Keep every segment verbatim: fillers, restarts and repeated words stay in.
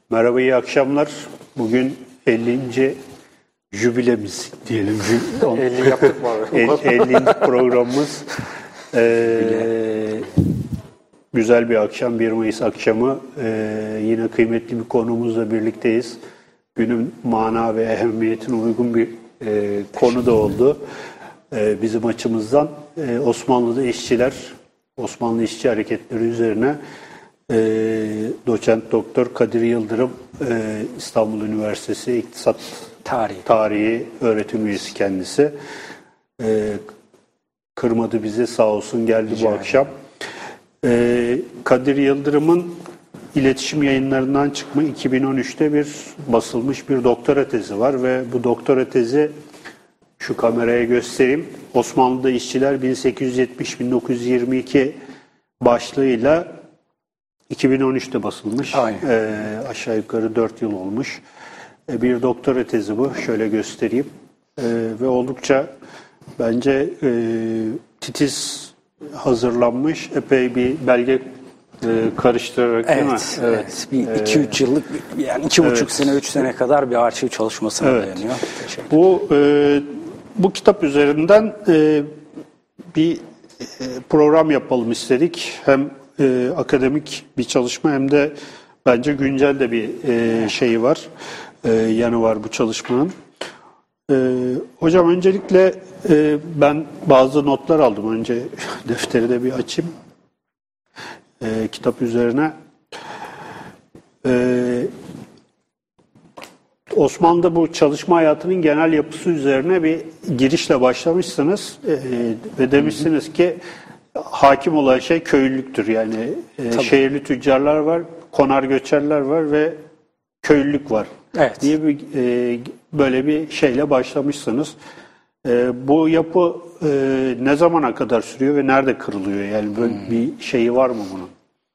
Merhaba, iyi akşamlar. Bugün ellinci jübilemiz diyelim. elli yaptık mı abi? ellinci programımız. Ee, güzel bir akşam, bir Mayıs akşamı. Ee, yine kıymetli bir konuğumuzla birlikteyiz. Günün mana ve ehemmiyetine uygun bir e, konu da oldu. Ee, bizim açımızdan e, Osmanlı'da işçiler, Osmanlı işçi hareketleri üzerine e, doçent doktor Kadir Yıldırım, e, İstanbul Üniversitesi İktisat Tarihi, Tarihi öğretim üyesi kendisi. E, kırmadı bizi, sağ olsun, geldi Rica bu ederim. akşam. E, Kadir Yıldırım'ın iletişim yayınlarından çıkma iki bin on üçte bir basılmış bir doktora tezi var ve bu doktora tezi şu kameraya göstereyim. Osmanlı'da işçiler bin sekiz yüz yetmiş bin dokuz yüz yirmi iki başlığıyla iki bin on üçte basılmış. E, aşağı yukarı dört yıl olmuş. E, bir doktora tezi bu. Şöyle göstereyim. E, ve oldukça bence e, titiz hazırlanmış. Epey bir belge e, karıştırarak evet, değil mi? Evet. evet. Bir iki üç ee, yıllık, yani iki buçuk evet. sene, üç sene kadar bir arşiv çalışmasına evet. dayanıyor. Bu e, bu kitap üzerinden e, bir e, program yapalım istedik. Hem e, akademik bir çalışma hem de bence güncel de bir e, şeyi var. E, yanı var bu çalışmanın. E, hocam öncelikle e, ben bazı notlar aldım. Önce defteri de bir açayım. E, kitap üzerine. E, Osmanlı'da bu çalışma hayatının genel yapısı üzerine bir girişle başlamışsınız. E, ve demişsiniz ki hakim olan şey köylülüktür. Yani e, şehirli tüccarlar var, konar göçerler var ve köylülük var. Evet. Diye bir e, böyle bir şeyle başlamışsınız. E, bu yapı e, ne zamana kadar sürüyor ve nerede kırılıyor? Yani böyle hmm. bir şeyi var mı bunun?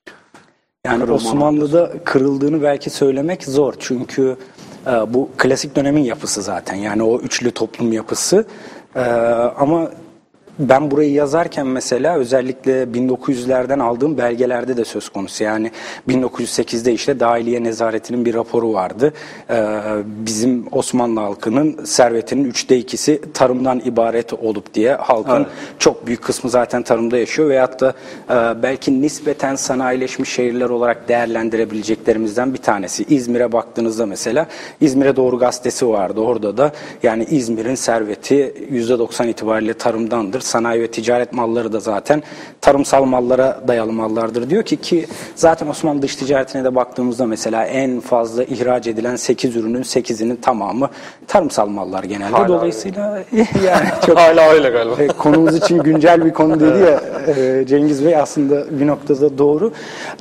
Yani Kırılma Osmanlı'da noktası. Kırıldığını belki söylemek zor. Çünkü e, bu klasik dönemin yapısı zaten. Yani o üçlü toplum yapısı. E, ama ben burayı yazarken mesela özellikle bin dokuz yüzlerden aldığım belgelerde de söz konusu. Yani bin dokuz yüz sekizde işte Dahiliye Nezareti'nin bir raporu vardı. Ee, bizim Osmanlı halkının servetinin üçte ikisi tarımdan ibaret olup diye halkın evet. çok büyük kısmı zaten tarımda yaşıyor. Veyahut da e, belki nispeten sanayileşmiş şehirler olarak değerlendirebileceklerimizden bir tanesi. İzmir'e baktığınızda mesela İzmir'e Doğru gazetesi vardı. Orada da yani İzmir'in serveti yüzde doksan itibariyle tarımdandır. Sanayi ve ticaret malları da zaten tarımsal mallara dayalı mallardır diyor ki ki zaten Osmanlı dış ticaretine de baktığımızda mesela en fazla ihraç edilen sekiz ürünün sekizinin tamamı tarımsal mallar genelde. Hala dolayısıyla yani çok hala öyle galiba. Konumuz için güncel bir konu dedi ya Cengiz Bey, aslında bir noktada doğru.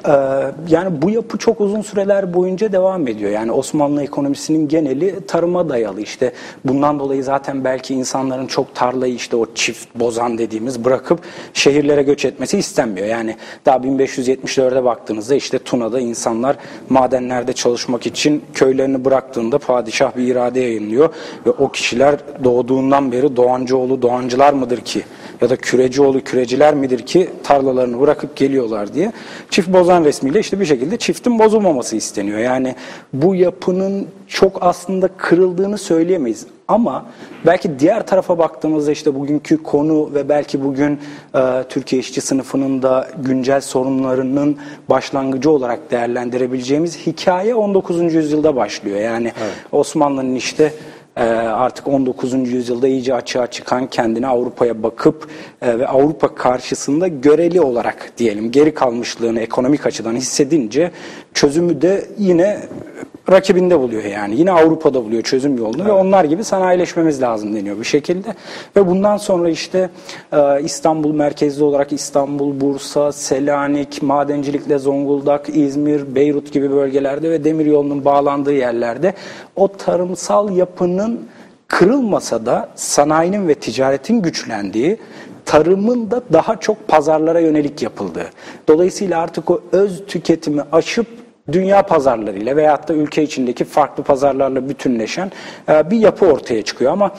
Yani bu yapı çok uzun süreler boyunca devam ediyor. Yani Osmanlı ekonomisinin geneli tarıma dayalı. İşte bundan dolayı zaten belki insanların çok tarlayı işte o çift boz dediğimiz bırakıp şehirlere göç etmesi istenmiyor. Yani daha bin beş yüz yetmiş dörde baktığınızda işte Tuna'da insanlar madenlerde çalışmak için köylerini bıraktığında padişah bir irade yayınlıyor ve o kişiler doğduğundan beri Doğancıoğlu Doğancılar mıdır ki ya da Kürecioğlu Küreciler midir ki tarlalarını bırakıp geliyorlar diye çift bozan resmiyle işte bir şekilde çiftin bozulmaması isteniyor. Yani bu yapının çok aslında kırıldığını söyleyemeyiz. Ama belki diğer tarafa baktığımızda işte bugünkü konu ve belki bugün e, Türkiye işçi sınıfının da güncel sorunlarının başlangıcı olarak değerlendirebileceğimiz hikaye on dokuzuncu yüzyılda başlıyor. Yani evet. Osmanlı'nın işte e, artık on dokuzuncu yüzyılda iyice açığa çıkan, kendine Avrupa'ya bakıp e, ve Avrupa karşısında göreli olarak diyelim geri kalmışlığını ekonomik açıdan hissedince çözümü de yine rakibinde buluyor yani. Yine Avrupa'da buluyor çözüm yolunu evet. ve onlar gibi sanayileşmemiz lazım deniyor bir şekilde. Ve bundan sonra işte e, İstanbul merkezli olarak İstanbul, Bursa, Selanik, madencilikle Zonguldak, İzmir, Beyrut gibi bölgelerde ve demiryolunun bağlandığı yerlerde o tarımsal yapının kırılmasa da sanayinin ve ticaretin güçlendiği, tarımın da daha çok pazarlara yönelik yapıldığı. Dolayısıyla artık o öz tüketimi aşıp dünya pazarlarıyla veyahut da ülke içindeki farklı pazarlarla bütünleşen bir yapı ortaya çıkıyor. Ama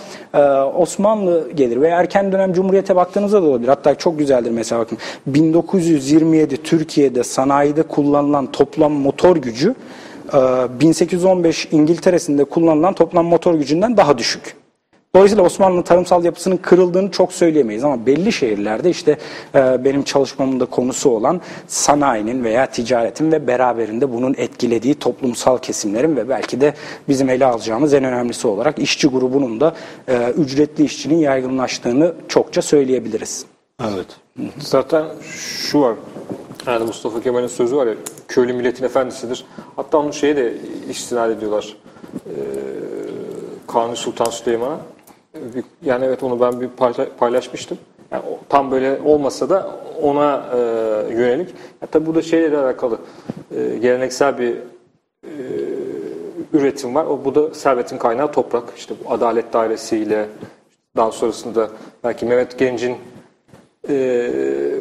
Osmanlı gelir ve erken dönem Cumhuriyet'e baktığınızda da olabilir. Hatta çok güzeldir mesela bakın. bin dokuz yüz yirmi yedi Türkiye'de sanayide kullanılan toplam motor gücü bin sekiz yüz on beş İngiltere'sinde kullanılan toplam motor gücünden daha düşük. Dolayısıyla Osmanlı'nın tarımsal yapısının kırıldığını çok söyleyemeyiz ama belli şehirlerde işte e, benim çalışmamın da konusu olan sanayinin veya ticaretin ve beraberinde bunun etkilediği toplumsal kesimlerin ve belki de bizim ele alacağımız en önemlisi olarak işçi grubunun da e, ücretli işçinin yaygınlaştığını çokça söyleyebiliriz. Evet. Zaten şu var. Yani Mustafa Kemal'in sözü var ya, köylü milletin efendisidir. Hatta onu şeye de istinad ediyorlar. Ee, Kanuni Sultan Süleyman'a. Yani evet, onu ben bir paylaşmıştım. Yani tam böyle olmasa da ona e, yönelik. Ya tabii burada şeyle de alakalı e, geleneksel bir e, üretim var. O bu da servetin kaynağı toprak. İşte bu Adalet Dairesi'yle daha sonrasında belki Mehmet Genc'in e,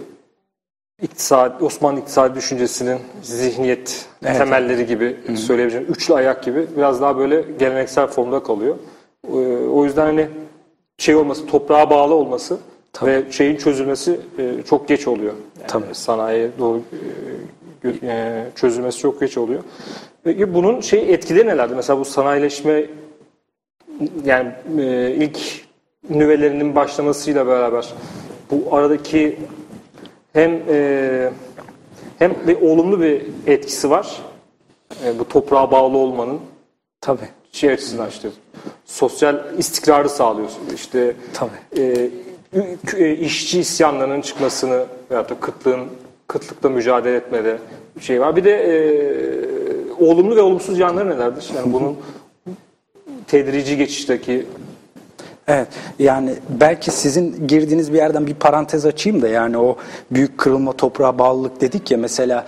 iktisadi, Osmanlı iktisadi düşüncesinin zihniyet evet. temelleri gibi Hı-hı. söyleyebileceğim üçlü ayak gibi biraz daha böyle geleneksel formda kalıyor. E, o yüzden hani şey olması, toprağa bağlı olması Tabii. ve şeyin çözülmesi e, çok geç oluyor. Yani sanayiye doğru e, e, çözülmesi çok geç oluyor. Ve bunun şey etkileri nelerdi? Mesela bu sanayileşme yani e, ilk nüvelerinin başlamasıyla beraber bu aradaki hem e, hem bir olumlu bir etkisi var. E, bu toprağa bağlı olmanın. Tabii. Şey açısından işte sosyal istikrarı sağlıyorsun. İşte e, e, işçi isyanlarının çıkmasını veyahut da kıtlığın kıtlıkla mücadele etmede şey var. Bir de e, olumlu ve olumsuz yanları nelerdir? Yani bunun tedrici geçişteki. Evet, yani belki sizin girdiğiniz bir yerden bir parantez açayım da yani o büyük kırılma, toprağa bağlılık dedik ya mesela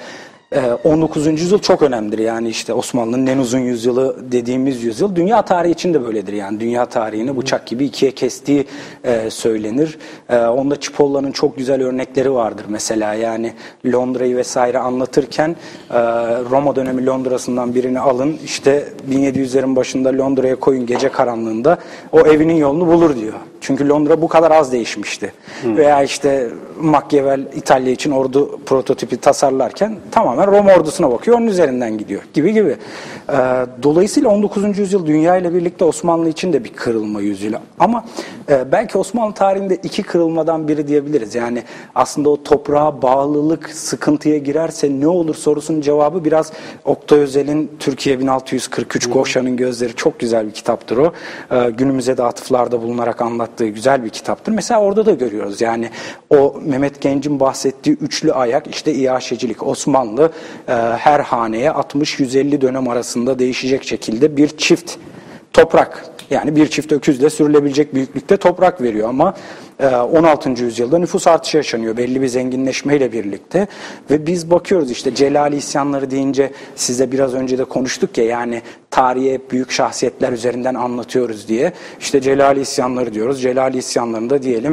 on dokuzuncu yüzyıl çok önemlidir. Yani işte Osmanlı'nın en uzun yüzyılı dediğimiz yüzyıl. Dünya tarihi için de böyledir. Yani dünya tarihini bıçak gibi ikiye kestiği e, söylenir. E, onda Cipolla'nın çok güzel örnekleri vardır mesela. Yani Londra'yı vesaire anlatırken e, Roma dönemi Londra'sından birini alın. İşte bin yedi yüzlerin başında Londra'ya koyun gece karanlığında. O evinin yolunu bulur diyor. Çünkü Londra bu kadar az değişmişti. Hmm. Veya işte Machiavelli İtalya için ordu prototipi tasarlarken tamamen Roma ordusuna bakıyor, onun üzerinden gidiyor gibi gibi. Ee, dolayısıyla on dokuzuncu yüzyıl dünya ile birlikte Osmanlı için de bir kırılma yüzyılı. Ama e, belki Osmanlı tarihinde iki kırılmadan biri diyebiliriz. Yani aslında o toprağa bağlılık sıkıntıya girerse ne olur sorusunun cevabı biraz Oktay Özel'in Türkiye bin altı yüz kırk üç Goşa'nın Gözleri çok güzel bir kitaptır o. Ee, günümüze de atıflarda bulunarak anlattığı güzel bir kitaptır. Mesela orada da görüyoruz yani o Mehmet Genc'in bahsettiği üçlü ayak işte İAŞ'cilik, Osmanlı e, her haneye altmış yüz elli dönem arasında değişecek şekilde bir çift toprak yani bir çift öküzle sürülebilecek büyüklükte toprak veriyor ama on altıncı yüzyılda nüfus artışı yaşanıyor belli bir zenginleşmeyle birlikte ve biz bakıyoruz işte Celali isyanları deyince size biraz önce de konuştuk ya yani tarihe hep büyük şahsiyetler üzerinden anlatıyoruz diye işte Celali isyanları diyoruz. Celali isyanlarında diyelim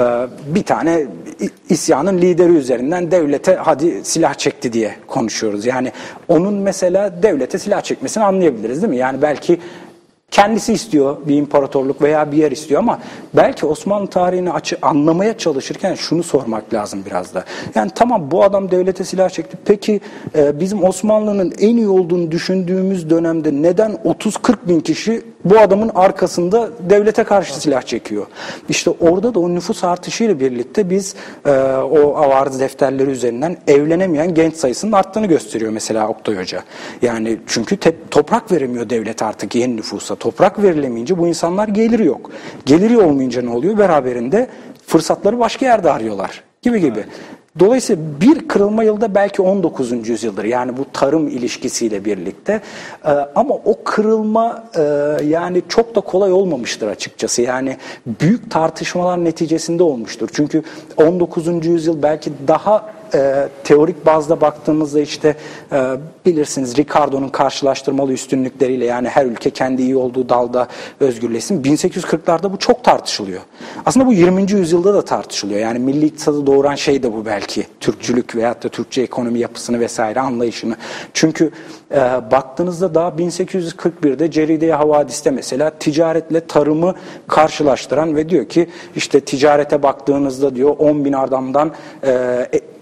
bir tane isyanın lideri üzerinden devlete hadi silah çekti diye konuşuyoruz. Yani onun mesela devlete silah çekmesini anlayabiliriz değil mi? Yani belki kendisi istiyor bir imparatorluk veya bir yer istiyor ama belki Osmanlı tarihini açı, anlamaya çalışırken şunu sormak lazım biraz da. Yani tamam bu adam devlete silah çekti. Peki e, bizim Osmanlı'nın en iyi olduğunu düşündüğümüz dönemde neden otuz kırk bin kişi bu adamın arkasında devlete karşı silah çekiyor? İşte orada da o nüfus artışıyla birlikte biz e, o avarız defterleri üzerinden evlenemeyen genç sayısının arttığını gösteriyor mesela Oktay Hoca. Yani çünkü te, toprak veremiyor devlet artık yeni nüfusa. Toprak verilemeyince bu insanlar geliri yok. Geliri olmayınca ne oluyor? Beraberinde fırsatları başka yerde arıyorlar gibi gibi. Evet. Dolayısıyla bir kırılma yılda belki on dokuzuncu yüzyıldır. Yani bu tarım ilişkisiyle birlikte. Ee, ama o kırılma e, yani çok da kolay olmamıştır açıkçası. Yani büyük tartışmalar neticesinde olmuştur. Çünkü on dokuzuncu yüzyıl belki daha e, teorik bazda baktığımızda işte e, bilirsiniz Ricardo'nun karşılaştırmalı üstünlükleriyle yani her ülke kendi iyi olduğu dalda özgürleşsin. bin sekiz yüz kırklarda bu çok tartışılıyor. Aslında bu yirminci yüzyılda da tartışılıyor. Yani milli iktisadı doğuran şey de bu belki. Türkçülük veyahut da Türkçe ekonomi yapısını vesaire anlayışını. Çünkü e, baktığınızda daha bin sekiz yüz kırk birde Ceride-i Havadis'te mesela ticaretle tarımı karşılaştıran ve diyor ki işte ticarete baktığınızda diyor on bin adamdan e,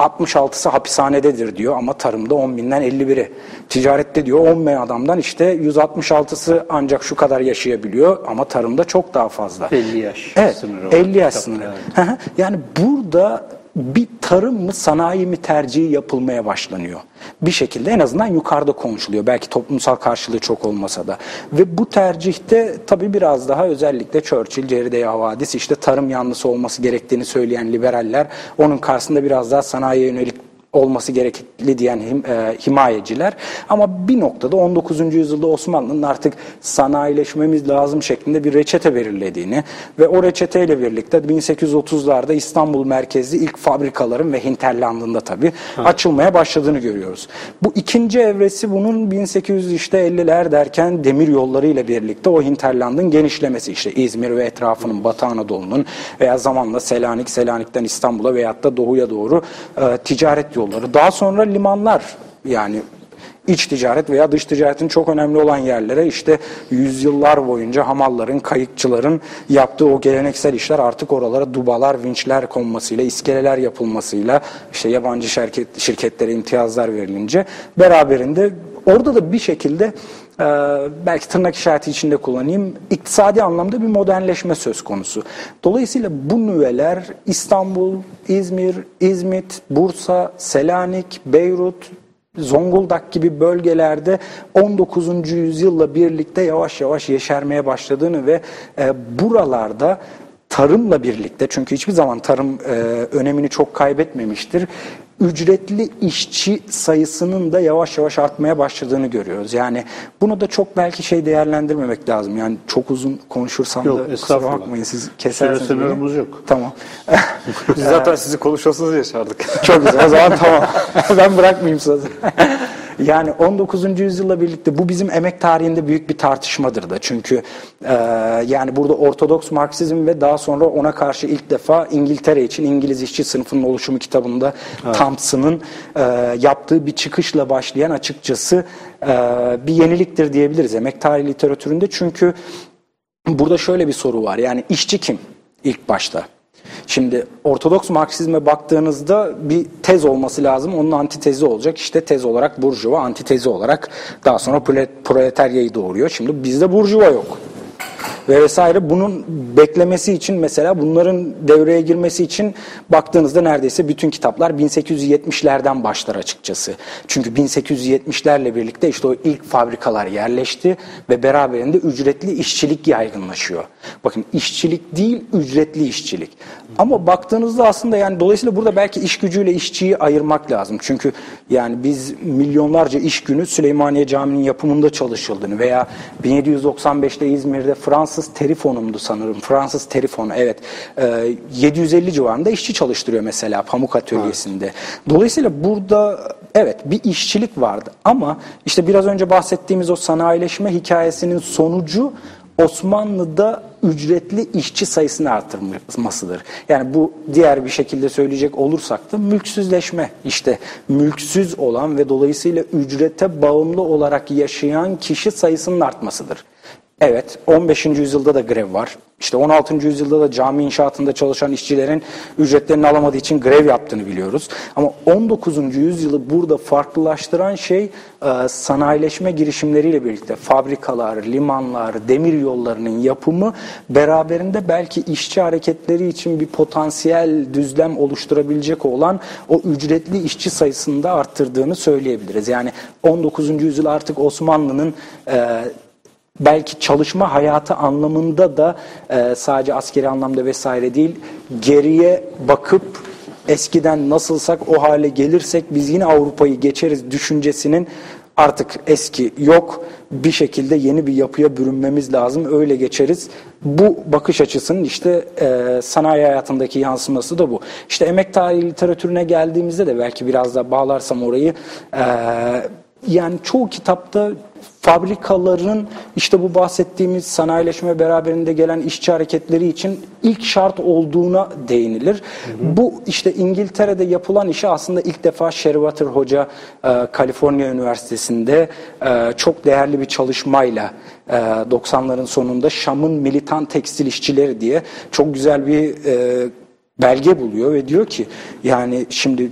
altmış altısı hapishanededir diyor ama tarımda on binden elli biri. Ticarette diyor on bin adamdan işte yüz altmış altısı ancak şu kadar yaşayabiliyor ama tarımda çok daha fazla. elli yaş evet, sınırı. elli yaş sınırı. Yani. yani burada bir tarım mı sanayi mi tercihi yapılmaya başlanıyor. Bir şekilde en azından yukarıda konuşuluyor. Belki toplumsal karşılığı çok olmasa da. Ve bu tercihte tabii biraz daha özellikle Churchill, Ceride Havadis işte tarım yanlısı olması gerektiğini söyleyen liberaller, onun karşısında biraz daha sanayiye yönelik olması gerekli diyen him, e, himayeciler. Ama bir noktada on dokuzuncu yüzyılda Osmanlı'nın artık sanayileşmemiz lazım şeklinde bir reçete belirlediğini ve o reçeteyle birlikte bin sekiz yüz otuzlarda İstanbul merkezli ilk fabrikaların ve hinterlandında tabii evet. açılmaya başladığını görüyoruz. Bu ikinci evresi bunun bin sekiz yüz elliler derken demir yolları ile birlikte o hinterlandın genişlemesi, işte İzmir ve etrafının, Batı Anadolu'nun veya zamanla Selanik, Selanik'ten İstanbul'a veyahut da doğuya doğru e, ticaret yolları. Daha sonra limanlar, yani iç ticaret veya dış ticaretin çok önemli olan yerlere işte yüzyıllar boyunca hamalların, kayıkçıların yaptığı o geleneksel işler artık oralara dubalar, vinçler konmasıyla, iskeleler yapılmasıyla, işte yabancı şirket, şirketlere imtiyazlar verilince beraberinde orada da bir şekilde e, belki tırnak işareti içinde kullanayım, iktisadi anlamda bir modernleşme söz konusu. Dolayısıyla bu nüveler İstanbul, İzmir, İzmit, Bursa, Selanik, Beyrut, Zonguldak gibi bölgelerde on dokuzuncu yüzyılla birlikte yavaş yavaş yeşermeye başladığını ve e, buralarda tarımla birlikte, çünkü hiçbir zaman tarım e, önemini çok kaybetmemiştir, ücretli işçi sayısının da yavaş yavaş artmaya başladığını görüyoruz. Yani bunu da çok belki şey değerlendirmemek lazım. Yani çok uzun konuşursam yok, da kusura bakmayın, siz kesersiniz. Süre sınırımız yok. Tamam. Biz zaten sizi konuşuyorsunuz yaşardık. Çok güzel. O zaman tamam. Ben bırakmayayım sözü. Yani on dokuzuncu yüzyılla birlikte bu bizim emek tarihinde büyük bir tartışmadır da. Çünkü e, yani burada Ortodoks Marksizm ve daha sonra ona karşı ilk defa İngiltere için İngiliz işçi sınıfının oluşumu kitabında evet. Thompson'ın e, yaptığı bir çıkışla başlayan açıkçası e, bir yeniliktir diyebiliriz emek tarihi literatüründe. Çünkü burada şöyle bir soru var. Yani işçi kim ilk başta? Şimdi Ortodoks Marksizme baktığınızda bir tez olması lazım. Onun antitezi olacak. İşte tez olarak burjuva, antitezi olarak daha sonra proletaryayı doğuruyor. Şimdi bizde burjuva yok. Ve vesaire. Bunun beklemesi için mesela bunların devreye girmesi için baktığınızda neredeyse bütün kitaplar bin sekiz yüz yetmişlerden başlar açıkçası. Çünkü bin sekiz yüz yetmişlerle birlikte işte o ilk fabrikalar yerleşti ve beraberinde ücretli işçilik yaygınlaşıyor. Bakın işçilik değil, ücretli işçilik. Ama baktığınızda aslında yani dolayısıyla burada belki iş gücüyle işçiyi ayırmak lazım. Çünkü yani biz milyonlarca iş günü Süleymaniye Camii'nin yapımında çalışıldığını veya bin yedi yüz doksan beşte İzmir'de Fransız Terifon'umdu sanırım. Fransız Terifon, evet. yedi yüz elli civarında işçi çalıştırıyor mesela pamuk atölyesinde. Evet. Dolayısıyla burada evet bir işçilik vardı ama işte biraz önce bahsettiğimiz o sanayileşme hikayesinin sonucu Osmanlı'da ücretli işçi sayısını artırmasıdır. Yani bu diğer bir şekilde söyleyecek olursak da mülksüzleşme. İşte mülksüz olan ve dolayısıyla ücrete bağımlı olarak yaşayan kişi sayısının artmasıdır. Evet, on beşinci yüzyılda da grev var. İşte on altıncı yüzyılda da cami inşaatında çalışan işçilerin ücretlerini alamadığı için grev yaptığını biliyoruz. Ama on dokuzuncu yüzyılı burada farklılaştıran şey sanayileşme girişimleriyle birlikte fabrikalar, limanlar, demir yollarının yapımı beraberinde belki işçi hareketleri için bir potansiyel düzlem oluşturabilecek olan o ücretli işçi sayısını da arttırdığını söyleyebiliriz. Yani on dokuzuncu yüzyıl artık Osmanlı'nın belki çalışma hayatı anlamında da e, sadece askeri anlamda vesaire değil, geriye bakıp eskiden nasılsak o hale gelirsek biz yine Avrupa'yı geçeriz düşüncesinin artık eski yok. Bir şekilde yeni bir yapıya bürünmemiz lazım. Öyle geçeriz. Bu bakış açısının işte e, sanayi hayatındaki yansıması da bu. İşte emek tarihi literatürüne geldiğimizde de belki biraz da bağlarsam orayı e, yani çoğu kitapta fabrikaların işte bu bahsettiğimiz sanayileşme beraberinde gelen işçi hareketleri için ilk şart olduğuna değinilir. Hı hı. Bu işte İngiltere'de yapılan işi aslında ilk defa Sherwater Hoca e, Kaliforniya Üniversitesi'nde e, çok değerli bir çalışmayla e, doksanların sonunda Şam'ın militan tekstil işçileri diye çok güzel bir e, belge buluyor ve diyor ki yani şimdi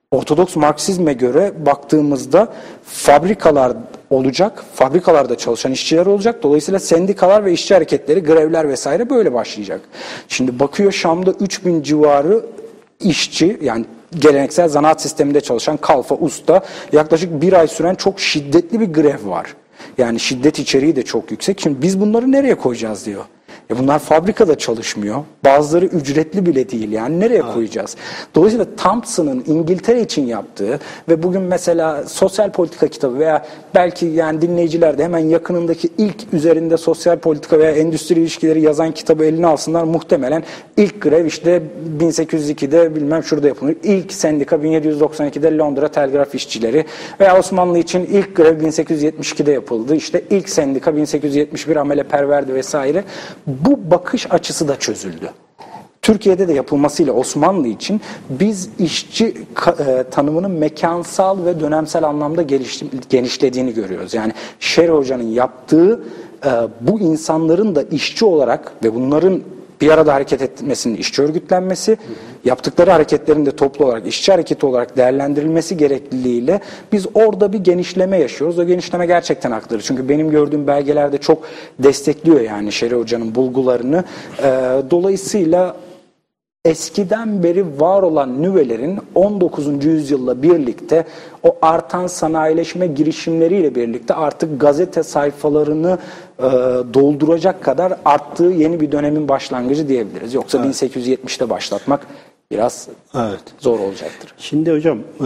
Ortodoks Marksizme göre baktığımızda fabrikalar olacak, fabrikalarda çalışan işçiler olacak. Dolayısıyla sendikalar ve işçi hareketleri, grevler vesaire böyle başlayacak. Şimdi bakıyor Şam'da üç bin civarı işçi, yani geleneksel zanaat sisteminde çalışan kalfa, usta, yaklaşık bir ay süren çok şiddetli bir grev var. Yani şiddet içeriği de çok yüksek. Şimdi biz bunları nereye koyacağız diyor. E bunlar fabrikada çalışmıyor. Bazıları ücretli bile değil. Yani nereye evet. koyacağız? Dolayısıyla Thompson'ın İngiltere için yaptığı ve bugün mesela sosyal politika kitabı veya belki yani dinleyiciler de hemen yakınındaki ilk üzerinde sosyal politika veya endüstri ilişkileri yazan kitabı eline alsınlar. Muhtemelen ilk grev işte bin sekiz yüz ikide bilmem şurada yapılır. İlk sendika bin yedi yüz doksan ikide Londra Telgraf İşçileri veya Osmanlı için ilk grev bin sekiz yüz yetmiş ikide yapıldı. İşte ilk sendika bin sekiz yüz yetmiş bir Ameleperverdi vesaire. Bu bakış açısı da çözüldü. Türkiye'de de yapılmasıyla Osmanlı için biz işçi e, tanımının mekansal ve dönemsel anlamda geliş, genişlediğini görüyoruz. Yani Şerif Hoca'nın yaptığı e, bu insanların da işçi olarak ve bunların bir arada hareket etmesinin işçi örgütlenmesi, hı hı. yaptıkları hareketlerin de toplu olarak işçi hareketi olarak değerlendirilmesi gerekliliğiyle biz orada bir genişleme yaşıyoruz. O genişleme gerçekten haklıdır. Çünkü benim gördüğüm belgelerde çok destekliyor yani Şerif Hoca'nın bulgularını. Ee, dolayısıyla eskiden beri var olan nüvelerin on dokuzuncu yüzyılla birlikte o artan sanayileşme girişimleriyle birlikte artık gazete sayfalarını e, dolduracak kadar arttığı yeni bir dönemin başlangıcı diyebiliriz. Yoksa evet. bin sekiz yüz yetmişte başlatmak biraz evet. zor olacaktır. Şimdi hocam e,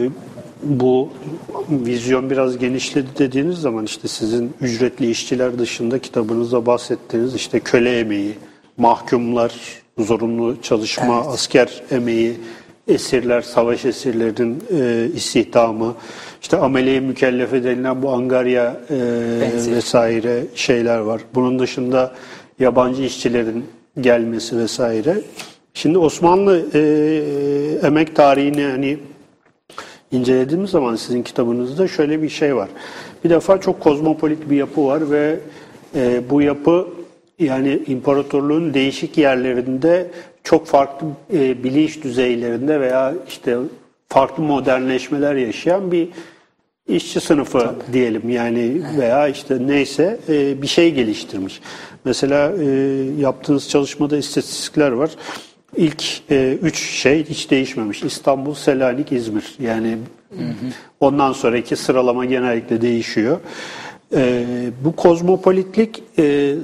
bu vizyon biraz genişledi dediğiniz zaman işte sizin ücretli işçiler dışında kitabınızda bahsettiğiniz işte köle emeği, mahkumlar, zorunlu çalışma, evet. asker emeği, esirler, savaş esirlerinin e, istihdamı, işte ameleye mükellefe denilen bu angarya e, vesaire şeyler var. Bunun dışında yabancı işçilerin gelmesi vesaire. Şimdi Osmanlı e, emek tarihini hani incelediğimiz zaman sizin kitabınızda şöyle bir şey var. Bir defa çok kozmopolit bir yapı var ve e, bu yapı yani imparatorluğun değişik yerlerinde çok farklı e, bilinç düzeylerinde veya işte farklı modernleşmeler yaşayan bir işçi sınıfı Tabii. diyelim yani veya işte neyse e, bir şey geliştirmiş. Mesela e, yaptığınız çalışmada istatistikler var. İlk e, üç şey hiç değişmemiş. İstanbul, Selanik, İzmir. Yani hı hı. ondan sonraki sıralama genellikle değişiyor. E, bu kozmopolitlik e,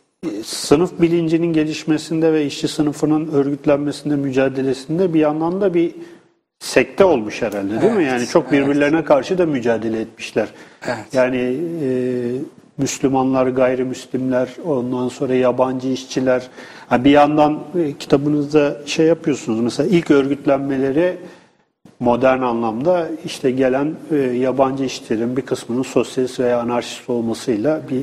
sınıf bilincinin gelişmesinde ve işçi sınıfının örgütlenmesinde, mücadelesinde bir yandan da bir sekte olmuş herhalde değil evet, mi? Yani çok birbirlerine evet. karşı da mücadele etmişler. Evet. Yani e, Müslümanlar, gayrimüslimler, ondan sonra yabancı işçiler. Ha, bir yandan e, kitabınızda şey yapıyorsunuz. Mesela ilk örgütlenmeleri modern anlamda işte gelen e, yabancı işçilerin bir kısmının sosyalist veya anarşist olmasıyla bir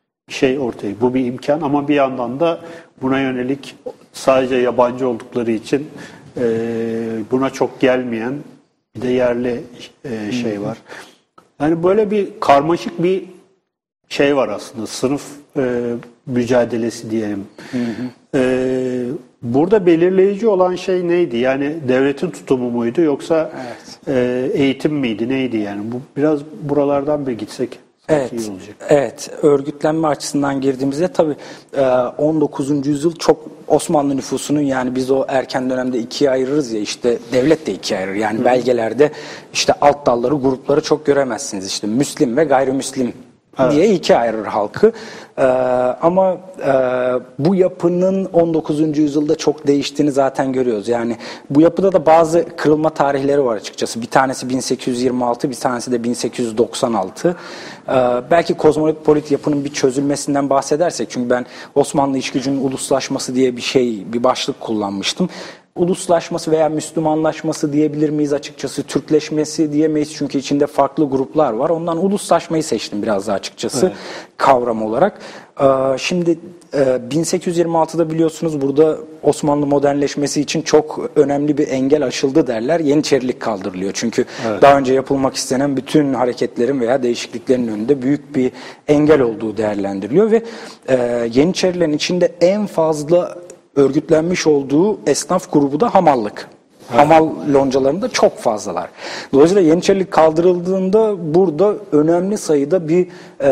şey ortaya. Bu bir imkan ama bir yandan da buna yönelik sadece yabancı oldukları için e, buna çok gelmeyen bir de yerli e, şey var. Yani böyle bir karmaşık bir şey var aslında. Sınıf e, mücadelesi diyelim. Hı hı. E, burada belirleyici olan şey neydi? Yani devletin tutumu muydu yoksa evet. e, eğitim miydi? Neydi yani? Bu biraz buralardan bir gitsek. Evet, evet. Örgütlenme açısından girdiğimizde tabii on dokuzuncu yüzyıl çok Osmanlı nüfusunun yani biz o erken dönemde ikiye ayırırız ya işte devlet de ikiye ayırır. Yani Hı. belgelerde işte alt dalları, grupları çok göremezsiniz. İşte Müslim ve gayrimüslim evet. diye ikiye ayırır halkı. Ee, ama e, bu yapının on dokuzuncu yüzyılda çok değiştiğini zaten görüyoruz. Yani bu yapıda da bazı kırılma tarihleri var açıkçası. Bir tanesi bin sekiz yüz yirmi altı, bir tanesi de bin sekiz yüz doksan altı. Ee, belki kozmopolit yapının bir çözülmesinden bahsedersek, çünkü ben Osmanlı iş gücünün uluslaşması diye bir şey, bir başlık kullanmıştım. Uluslaşması veya Müslümanlaşması diyebilir miyiz açıkçası? Türkleşmesi diyemeyiz çünkü içinde farklı gruplar var. Ondan uluslaşmayı seçtim biraz daha açıkçası evet. kavram olarak. Şimdi bin sekiz yüz yirmi altıda biliyorsunuz burada Osmanlı modernleşmesi için çok önemli bir engel aşıldı derler. Yeniçerilik kaldırılıyor. Çünkü evet. daha önce yapılmak istenen bütün hareketlerin veya değişikliklerin önünde büyük bir engel olduğu değerlendiriliyor ve Yeniçerilerin içinde en fazla örgütlenmiş olduğu esnaf grubu da hamallık. Hamal loncalarında çok fazlalar. Dolayısıyla Yeniçerilik kaldırıldığında burada önemli sayıda bir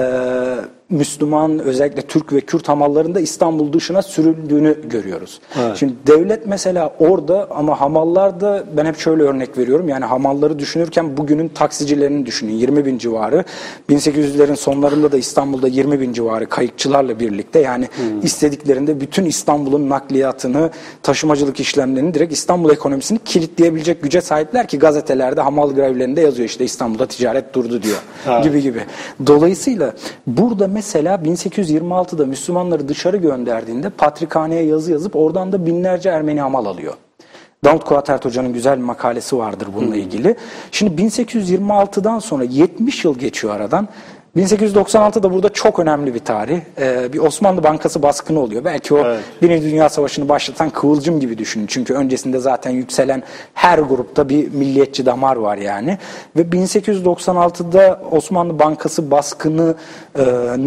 e, Müslüman, özellikle Türk ve Kürt hamallarında İstanbul dışına sürüldüğünü görüyoruz. Evet. Şimdi devlet mesela orada, ama hamallarda ben hep şöyle örnek veriyorum. Yani hamalları düşünürken bugünün taksicilerini düşünün. yirmi bin civarı. bin sekiz yüzlerin sonlarında da İstanbul'da yirmi bin civarı kayıkçılarla birlikte. Yani hmm. istediklerinde bütün İstanbul'un nakliyatını, taşımacılık işlemlerini, direkt İstanbul ekonomisini kilitleyebilecek güce sahipler ki gazetelerde hamal grevlerinde yazıyor işte İstanbul'da ticaret durdu diyor. Evet. Gibi gibi. Dolayısıyla burada mesela bin sekiz yüz yirmi altıda Müslümanları dışarı gönderdiğinde patrikhaneye yazı yazıp oradan da binlerce Ermeni hamal alıyor. Davut Kuatert Hoca'nın güzel bir makalesi vardır bununla hmm. ilgili. Şimdi bin sekiz yüz yirmi altıdan sonra yetmiş yıl geçiyor aradan. bin sekiz yüz doksan altıda burada çok önemli bir tarih. Ee, bir Osmanlı Bankası baskını oluyor. Belki o evet. Birinci Dünya Savaşı'nı başlatan kıvılcım gibi düşünün. Çünkü öncesinde zaten yükselen her grupta bir milliyetçi damar var yani. Ve bin sekiz yüz doksan altıda Osmanlı Bankası baskını e,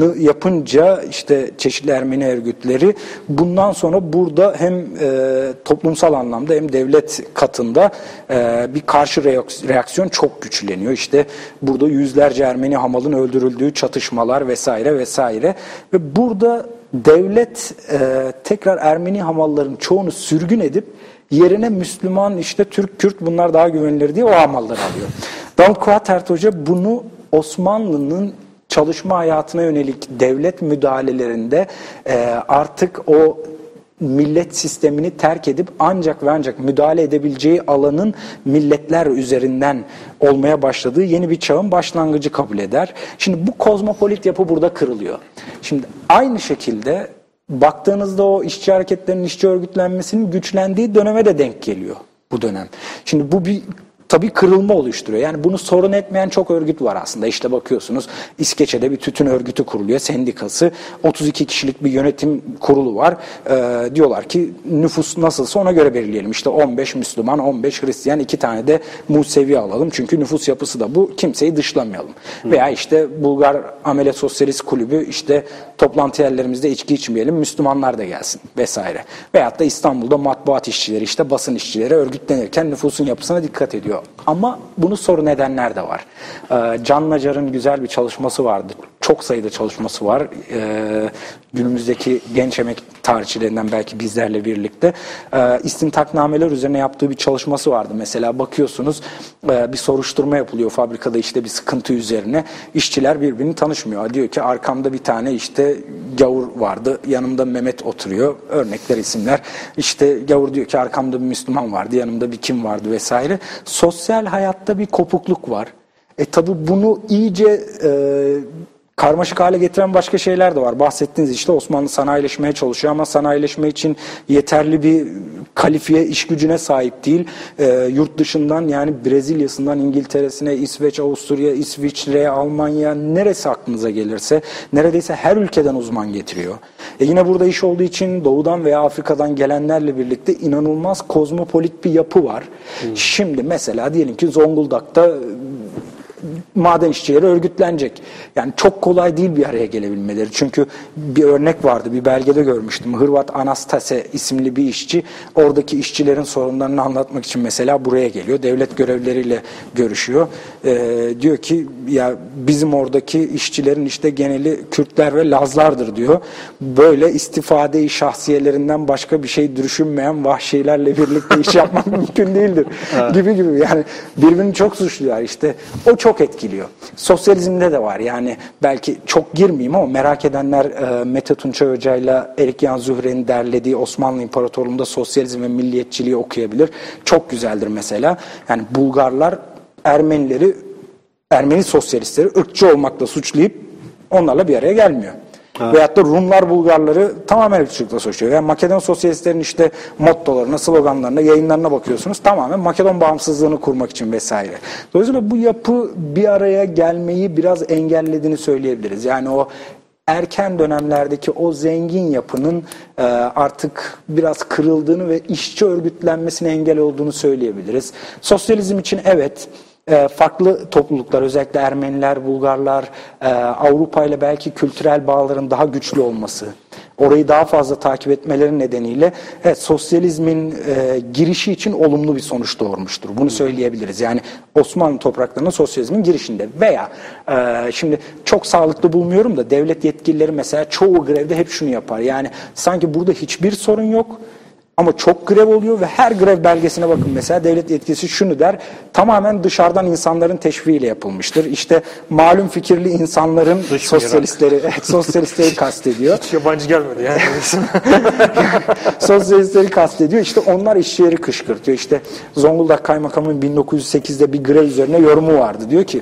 yapınca işte çeşitli Ermeni örgütleri bundan sonra burada hem e, toplumsal anlamda hem devlet katında e, bir karşı reaksiyon çok güçleniyor. İşte burada yüzlerce Ermeni hamalın öldürüldüğü çatışmalar vesaire vesaire ve burada devlet e, tekrar Ermeni hamalların çoğunu sürgün edip yerine Müslüman işte Türk, Kürt bunlar daha güvenilir diye o hamalları alıyor. Davut Kuatert Hoca bunu Osmanlı'nın çalışma hayatına yönelik devlet müdahalelerinde e, artık o millet sistemini terk edip ancak ve ancak müdahale edebileceği alanın milletler üzerinden olmaya başladığı yeni bir çağın başlangıcı kabul eder. Şimdi bu kozmopolit yapı burada kırılıyor. Şimdi aynı şekilde baktığınızda o işçi hareketlerinin, işçi örgütlenmesinin güçlendiği döneme de denk geliyor bu dönem. Şimdi bu bir tabii kırılma oluşturuyor. Yani bunu sorun etmeyen çok örgüt var aslında. İşte bakıyorsunuz İskeçe'de bir tütün örgütü kuruluyor, sendikası. otuz iki kişilik bir yönetim kurulu var. Ee, diyorlar ki nüfus nasılsa ona göre belirleyelim. İşte on beş Müslüman, on beş Hristiyan, iki tane de Musevi alalım. Çünkü nüfus yapısı da bu. Kimseyi dışlamayalım. Hı. Veya işte Bulgar Amele Sosyalist Kulübü işte toplantı yerlerimizde içki içmeyelim, Müslümanlar da gelsin vesaire. Veyahut da İstanbul'da matbuat işçileri, işte basın işçileri örgütlenirken nüfusun yapısına dikkat ediyor. Ama bunu sorun edenler de var. Ee, Can Nacar'ın güzel bir çalışması vardı. Çok sayıda çalışması var. Ee, günümüzdeki genç emek tarihçilerinden belki bizlerle birlikte. Ee, istintaknameler üzerine yaptığı bir çalışması vardı. Mesela bakıyorsunuz e, bir soruşturma yapılıyor fabrikada işte bir sıkıntı üzerine. İşçiler birbirini tanışmıyor. Diyor ki arkamda bir tane işte gavur vardı. Yanımda Mehmet oturuyor. Örnekler, isimler. İşte gavur diyor ki arkamda bir Müslüman vardı. Yanımda bir kim vardı vesaire. Sosyal hayatta bir kopukluk var. E tabi bunu iyice e, karmaşık hale getiren başka şeyler de var. Bahsettiğiniz işte Osmanlı sanayileşmeye çalışıyor ama sanayileşme için yeterli bir kalifiye iş gücüne sahip değil. E, yurt dışından yani Brezilya'sından İngiltere'sine, İsveç, Avusturya, İsviçre, Almanya neresi aklınıza gelirse neredeyse her ülkeden uzman getiriyor. E yine burada iş olduğu için doğudan veya Afrika'dan gelenlerle birlikte inanılmaz kozmopolit bir yapı var. Hmm. Şimdi mesela diyelim ki Zonguldak'ta maden işçileri örgütlenecek. Yani çok kolay değil bir araya gelebilmeleri. Çünkü bir örnek vardı, bir belgede görmüştüm. Hırvat Anastase isimli bir işçi oradaki işçilerin sorunlarını anlatmak için mesela buraya geliyor. Devlet görevlileriyle görüşüyor. Ee, diyor ki ya bizim oradaki işçilerin işte geneli Kürtler ve Lazlardır diyor. Böyle istifade-i şahsiyelerinden başka bir şey düşünmeyen vahşilerle birlikte iş yapmak mümkün değildir. Evet. Gibi gibi yani birbirini çok suçluyor işte. O çok çok etkiliyor. Sosyalizmde de var. Yani belki çok girmeyeyim ama merak edenler e, Mete Tunçay Hoca ile Erik Yan Zühre'nin derlediği Osmanlı İmparatorluğu'nda sosyalizm ve milliyetçiliği okuyabilir. Çok güzeldir mesela. Yani Bulgarlar Ermenileri, Ermeni sosyalistleri ırkçı olmakla suçlayıp onlarla bir araya gelmiyor. Evet. Veyahut da Rumlar Bulgarları tamamen ırkçılıkla suçluyor. Yani Makedon sosyalistlerin işte mottolarına, sloganlarına, yayınlarına bakıyorsunuz. Tamamen Makedon bağımsızlığını kurmak için vesaire. Dolayısıyla bu yapı bir araya gelmeyi biraz engellediğini söyleyebiliriz. Yani o erken dönemlerdeki o zengin yapının e, artık biraz kırıldığını ve işçi örgütlenmesine engel olduğunu söyleyebiliriz. Sosyalizm için evet, farklı topluluklar, özellikle Ermeniler, Bulgarlar, Avrupa ile belki kültürel bağların daha güçlü olması, orayı daha fazla takip etmeleri nedeniyle evet, sosyalizmin e, girişi için olumlu bir sonuç doğurmuştur. Bunu söyleyebiliriz. Yani Osmanlı topraklarına sosyalizmin girişinde veya e, şimdi çok sağlıklı bulmuyorum da devlet yetkilileri mesela çoğu grevde hep şunu yapar. Yani sanki burada hiçbir sorun yok. Ama çok grev oluyor ve her grev belgesine bakın mesela devlet yetkilisi şunu der, tamamen dışarıdan insanların teşviğiyle yapılmıştır. İşte malum fikirli insanların Dış sosyalistleri, evet, sosyalistleri kastediyor. Hiç yabancı gelmedi yani. Sosyalistleri kastediyor. İşte onlar işçileri kışkırtıyor. İşte Zonguldak Kaymakamı'nın bin dokuz yüz sekizde bir grev üzerine yorumu vardı. Diyor ki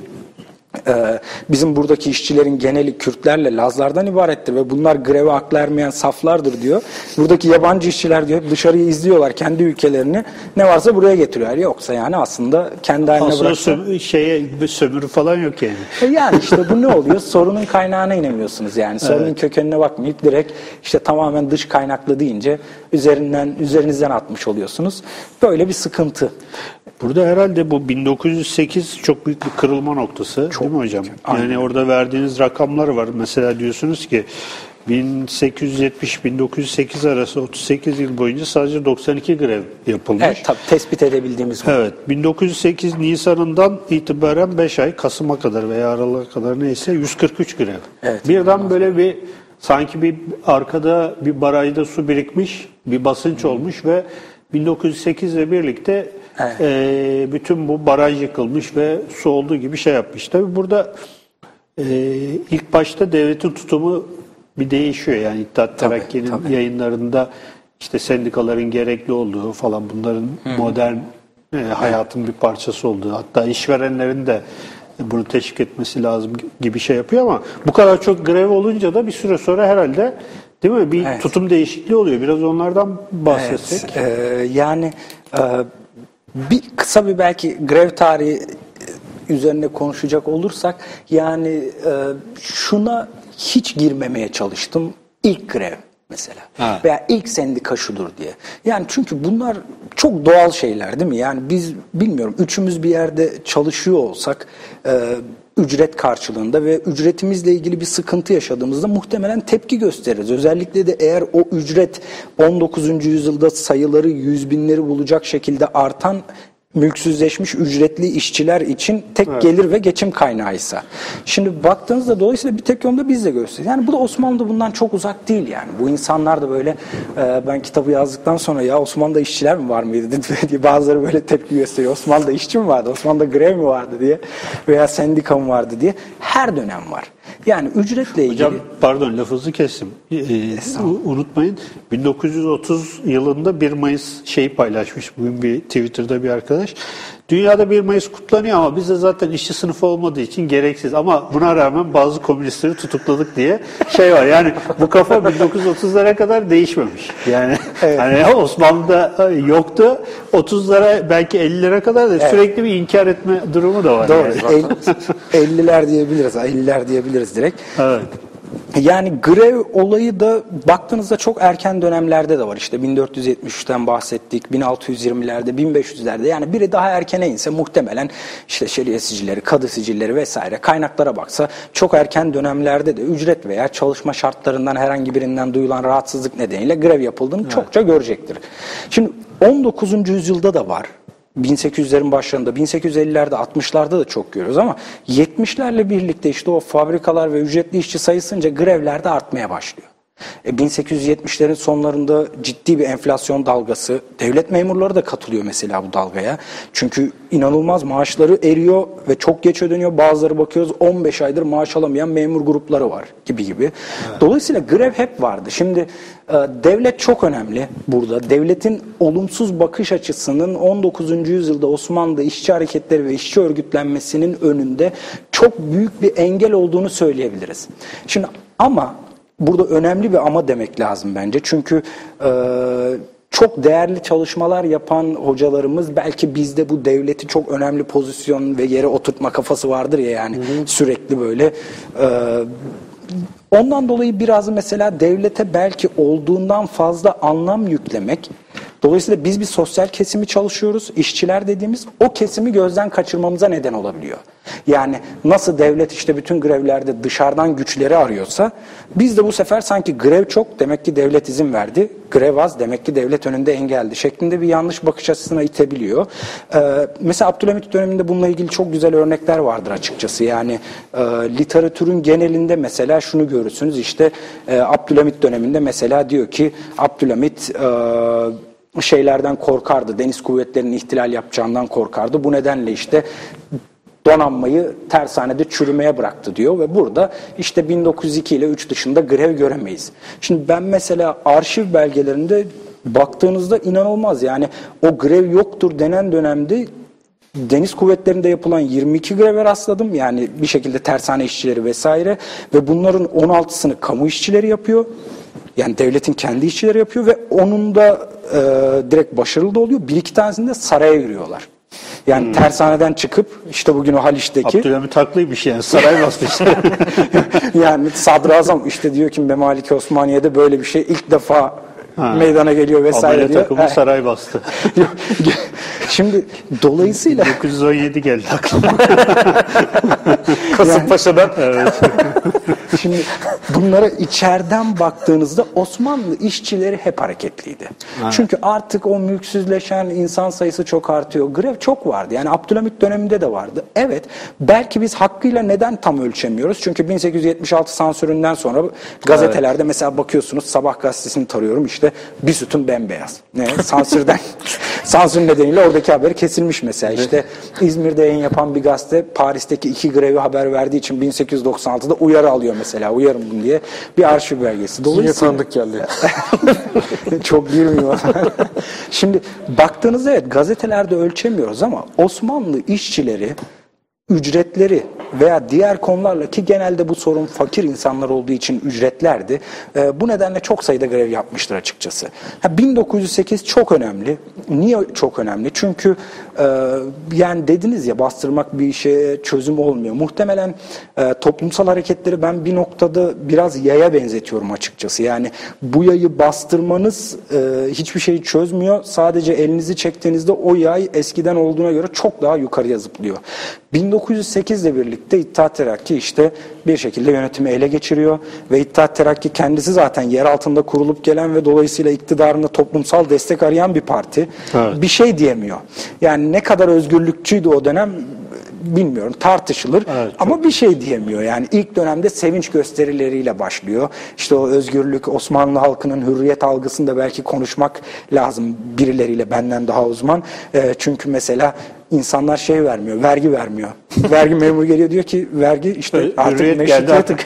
Ee, bizim buradaki işçilerin geneli Kürtlerle Lazlardan ibarettir ve bunlar greve hak vermeyen saflardır diyor. Buradaki yabancı işçiler diyor dışarıyı izliyorlar kendi ülkelerini, ne varsa buraya getiriyorlar. Yoksa yani aslında kendi haline Aslında bıraksa... sömürü, şeye, sömürü falan yok yani. E yani işte bu ne oluyor? Sorunun kaynağına inemiyorsunuz yani. Sorunun evet. kökenine bakmayıp direkt işte tamamen dış kaynaklı deyince üzerinden üzerinizden atmış oluyorsunuz. Böyle bir sıkıntı. Burada herhalde bu bin dokuz yüz sekiz çok büyük bir kırılma noktası, çok değil mi hocam? Aynen. Yani orada verdiğiniz rakamlar var. Mesela diyorsunuz ki bin sekiz yüz yetmiş bin dokuz yüz sekiz arası otuz sekiz yıl boyunca sadece doksan iki grev yapılmış. Evet, tabii tespit edebildiğimiz bu. Evet, bin dokuz yüz sekiz Nisan'ından itibaren beş ay, Kasım'a kadar veya Aralık'a kadar neyse yüz kırk üç grev. Evet, Birden böyle bir sanki bir arkada bir barajda su birikmiş, bir basınç hmm. olmuş ve bin dokuz yüz sekiz ile birlikte evet. e, bütün bu baraj yıkılmış ve su olduğu gibi şey yapmış. Tabii burada e, ilk başta devletin tutumu bir değişiyor. Yani İttihat Terakki'nin yayınlarında işte sendikaların gerekli olduğu falan, bunların Hı. modern e, hayatın bir parçası olduğu, hatta işverenlerin de bunu teşvik etmesi lazım gibi şey yapıyor ama bu kadar çok grev olunca da bir süre sonra herhalde değil mi? Bir evet. tutum değişikliği oluyor. Biraz onlardan bahsetsek. Evet, e, yani e, bir kısa bir belki grev tarihi üzerine konuşacak olursak yani e, şuna hiç girmemeye çalıştım. İlk grev mesela. Ha. Veya ilk sendika şudur diye. Yani çünkü bunlar çok doğal şeyler değil mi? Yani biz bilmiyorum üçümüz bir yerde çalışıyor olsak e, ücret karşılığında ve ücretimizle ilgili bir sıkıntı yaşadığımızda muhtemelen tepki gösteririz. Özellikle de eğer o ücret on dokuzuncu yüzyılda sayıları yüz binleri bulacak şekilde artan mülksüzleşmiş ücretli işçiler için tek evet. gelir ve geçim kaynağıysa. Şimdi baktığınızda dolayısıyla bir tek yolda biz de gösteriyoruz. Yani bu da Osmanlı'da bundan çok uzak değil yani. Bu insanlar da böyle e, ben kitabı yazdıktan sonra ya Osmanlı'da işçiler mi var mıydı diye bazıları böyle tepki gösteriyor. Osmanlı'da işçi mi vardı? Osmanlı'da grev mi vardı diye veya sendika mı vardı diye. Her dönem var. Yani ücretle ilgili... Hocam pardon lafınızı kestim. Ee, unutmayın bin dokuz yüz otuz yılında bir Mayıs şeyi paylaşmış bugün bir Twitter'da bir arkadaş. Dünyada bir Mayıs kutlanıyor ama bizde zaten işçi sınıfı olmadığı için gereksiz. Ama buna rağmen bazı komünistleri tutukladık diye şey var. Yani bu kafa bin dokuz yüz otuzlara kadar değişmemiş. Yani evet. hani Osmanlı'da yoktu. otuzlara belki ellilere kadar da evet. sürekli bir inkar etme durumu da var. Doğru. Yani. elliler diyebiliriz. elliler diyebiliriz direkt. Evet. Yani grev olayı da baktığınızda çok erken dönemlerde de var. İşte bin dört yüz yetmiş üçten bahsettik, bin altı yüz yirmilerde, bin beş yüzlerde. Yani biri daha erkene inse muhtemelen işte şeriyesicileri, kadı sicilleri vesaire kaynaklara baksa çok erken dönemlerde de ücret veya çalışma şartlarından herhangi birinden duyulan rahatsızlık nedeniyle grev yapıldığını evet. çokça görecektir. Şimdi on dokuzuncu yüzyılda da var. bin sekiz yüzlerin başlarında, bin sekiz yüz ellilerde, altmışlarda da çok görüyoruz ama yetmişlerle birlikte işte o fabrikalar ve ücretli işçi sayısınca grevler de artmaya başlıyor. E bin sekiz yüz yetmişlerin sonlarında ciddi bir enflasyon dalgası, devlet memurları da katılıyor mesela bu dalgaya. Çünkü inanılmaz maaşları eriyor ve çok geç ödeniyor. Bazıları bakıyoruz on beş aydır maaş alamayan memur grupları var gibi gibi. Evet. Dolayısıyla grev hep vardı. Şimdi e, devlet çok önemli burada. Devletin olumsuz bakış açısının on dokuzuncu yüzyılda Osmanlı'da işçi hareketleri ve işçi örgütlenmesinin önünde çok büyük bir engel olduğunu söyleyebiliriz. Şimdi ama burada önemli bir ama demek lazım bence. Çünkü e, çok değerli çalışmalar yapan hocalarımız belki bizde bu devleti çok önemli pozisyon ve yere oturtma kafası vardır ya yani hı hı. sürekli böyle. E, ondan dolayı biraz mesela devlete belki olduğundan fazla anlam yüklemek Dolayısıyla biz bir sosyal kesimi çalışıyoruz. İşçiler dediğimiz o kesimi gözden kaçırmamıza neden olabiliyor. Yani nasıl devlet işte bütün grevlerde dışarıdan güçleri arıyorsa biz de bu sefer sanki grev çok demek ki devlet izin verdi. Grev az demek ki devlet önünde engeldi şeklinde bir yanlış bakış açısına itebiliyor. Ee, mesela Abdülhamit döneminde bununla ilgili çok güzel örnekler vardır açıkçası. Yani e, literatürün genelinde mesela şunu görürsünüz işte e, Abdülhamit döneminde mesela diyor ki Abdülhamit e, şeylerden korkardı. Deniz kuvvetlerinin ihtilal yapacağından korkardı. Bu nedenle işte donanmayı tersanede çürümeye bıraktı diyor ve burada işte bin dokuz yüz iki ile üç dışında grev göremeyiz. Şimdi ben mesela arşiv belgelerinde baktığınızda inanılmaz yani o grev yoktur denen dönemde deniz kuvvetlerinde yapılan yirmi iki greve rastladım. Yani bir şekilde tersane işçileri vesaire ve bunların on altısını kamu işçileri yapıyor. Yani devletin kendi işçileri yapıyor ve onun da e, direkt başarılı da oluyor. Bir iki tanesinde saraya yürüyorlar. Yani hmm. tersaneden çıkıp işte bugün o Haliç'teki Abdülhamit haklıymış yani saray basmışlar. yani sadrazam işte diyor ki Memalik Osmaniye'de böyle bir şey ilk defa ha. meydana geliyor vesaire Amele diyor. takımı saray bastı. Şimdi dolayısıyla bin dokuz yüz on yedi geldi aklıma. Kasımpaşa'dan. Evet. Şimdi bunlara içeriden baktığınızda Osmanlı işçileri hep hareketliydi. Evet. Çünkü artık o mülksüzleşen insan sayısı çok artıyor. Grev çok vardı. Yani Abdülhamit döneminde de vardı. Evet, belki biz hakkıyla neden tam ölçemiyoruz? Çünkü bin sekiz yüz yetmiş altı sansüründen sonra gazetelerde evet. mesela bakıyorsunuz Sabah gazetesini tarıyorum işte bir sütun bembeyaz. Ne? Sansürden sansür nedeniyle oradaki haberi kesilmiş mesela. İşte İzmir'de yayın yapan bir gazete Paris'teki iki grevi haber verdiği için bin sekiz yüz doksan altıda uyarı alıyor mesela. Uyarın bunu diye bir arşiv belgesi. Dolayısıyla tanıdık geldi. Çok girmiyor. Şimdi baktığınızda evet gazetelerde ölçemiyoruz ama Osmanlı işçileri ücretleri veya diğer konularla ki genelde bu sorun fakir insanlar olduğu için ücretlerdi. E, bu nedenle çok sayıda grev yapmıştır açıkçası. Ha, bin dokuz yüz sekiz çok önemli. Niye çok önemli? Çünkü e, yani dediniz ya bastırmak bir işe çözüm olmuyor. Muhtemelen e, toplumsal hareketleri ben bir noktada biraz yaya benzetiyorum açıkçası. Yani bu yayı bastırmanız e, hiçbir şeyi çözmüyor. Sadece elinizi çektiğinizde o yay eskiden olduğuna göre çok daha yukarıya zıplıyor. bin dokuz yüz sekiz ile birlikte İttihat Terakki işte bir şekilde yönetimi ele geçiriyor ve İttihat Terakki kendisi zaten yer altında kurulup gelen ve dolayısıyla iktidarında toplumsal destek arayan bir parti. Evet. Bir şey diyemiyor. Yani ne kadar özgürlükçüydü o dönem bilmiyorum tartışılır evet, ama bir şey diyemiyor. Yani ilk dönemde sevinç gösterileriyle başlıyor. İşte o özgürlük, Osmanlı halkının hürriyet algısında belki konuşmak lazım birileriyle benden daha uzman. E, çünkü mesela insanlar şey vermiyor, vergi vermiyor. Vergi memuru geliyor diyor ki vergi işte artık meşrutiyet artık.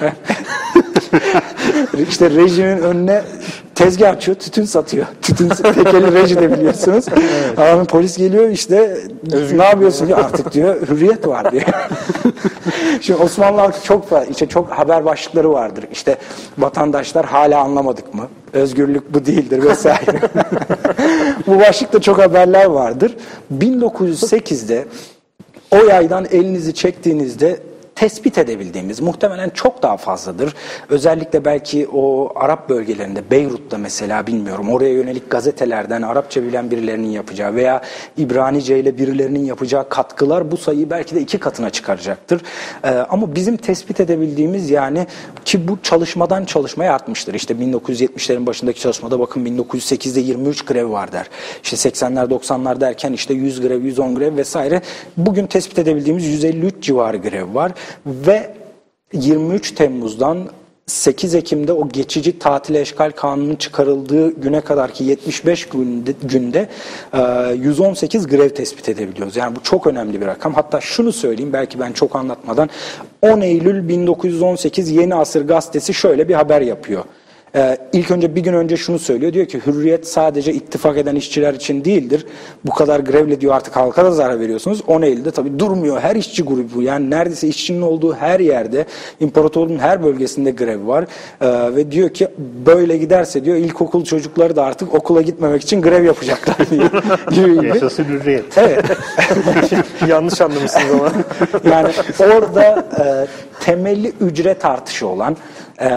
İşte rejimin önüne tezgah açıyor, tütün satıyor. Tütün tekeli reji de biliyorsunuz. Evet. Ama polis geliyor işte Özgür ne yapıyorsun diyor. Artık diyor hürriyet var diyor. Şimdi Osmanlı halkı çok işte çok haber başlıkları vardır. İşte vatandaşlar hala anlamadık mı? Özgürlük bu değildir vesaire. Bu başlıkta çok haberler vardır. bin dokuz yüz sekizde o yaydan elinizi çektiğinizde tespit edebildiğimiz muhtemelen çok daha fazladır. Özellikle belki o Arap bölgelerinde, Beyrut'ta mesela bilmiyorum, oraya yönelik gazetelerden Arapça bilen birilerinin yapacağı veya İbranice ile birilerinin yapacağı katkılar bu sayıyı belki de iki katına çıkaracaktır. Ee, ama bizim tespit edebildiğimiz yani ki bu çalışmadan çalışmaya artmıştır. İşte bin dokuz yüz yetmişlerin başındaki çalışmada bakın bin dokuz yüz sekizde yirmi üç grev var der. İşte seksenler doksanlar derken işte yüz grev, yüz on grev vesaire. Bugün tespit edebildiğimiz yüz elli üç civarı grev var. Ve yirmi üç Temmuz'dan sekiz Ekim'de o geçici tatil eşkal kanunun çıkarıldığı güne kadar ki yetmiş beş günde, günde yüz on sekiz grev tespit edebiliyoruz. Yani bu çok önemli bir rakam. Hatta şunu söyleyeyim belki ben çok anlatmadan on Eylül bin dokuz yüz on sekiz Yeni Asır gazetesi şöyle bir haber yapıyor. Ee, ilk önce bir gün önce şunu söylüyor. Diyor ki hürriyet sadece ittifak eden işçiler için değildir. Bu kadar grevle diyor artık halka da zarar veriyorsunuz. on Eylül'de tabii durmuyor. Her işçi grubu yani neredeyse işçinin olduğu her yerde imparatorluğun her bölgesinde grev var. Ee, ve diyor ki böyle giderse diyor ilkokul çocukları da artık okula gitmemek için grev yapacaklar diyor. Yaşasın hürriyet. Evet. Yanlış anlamışsınız ama. Yani orada e, temelli ücret artışı olan e,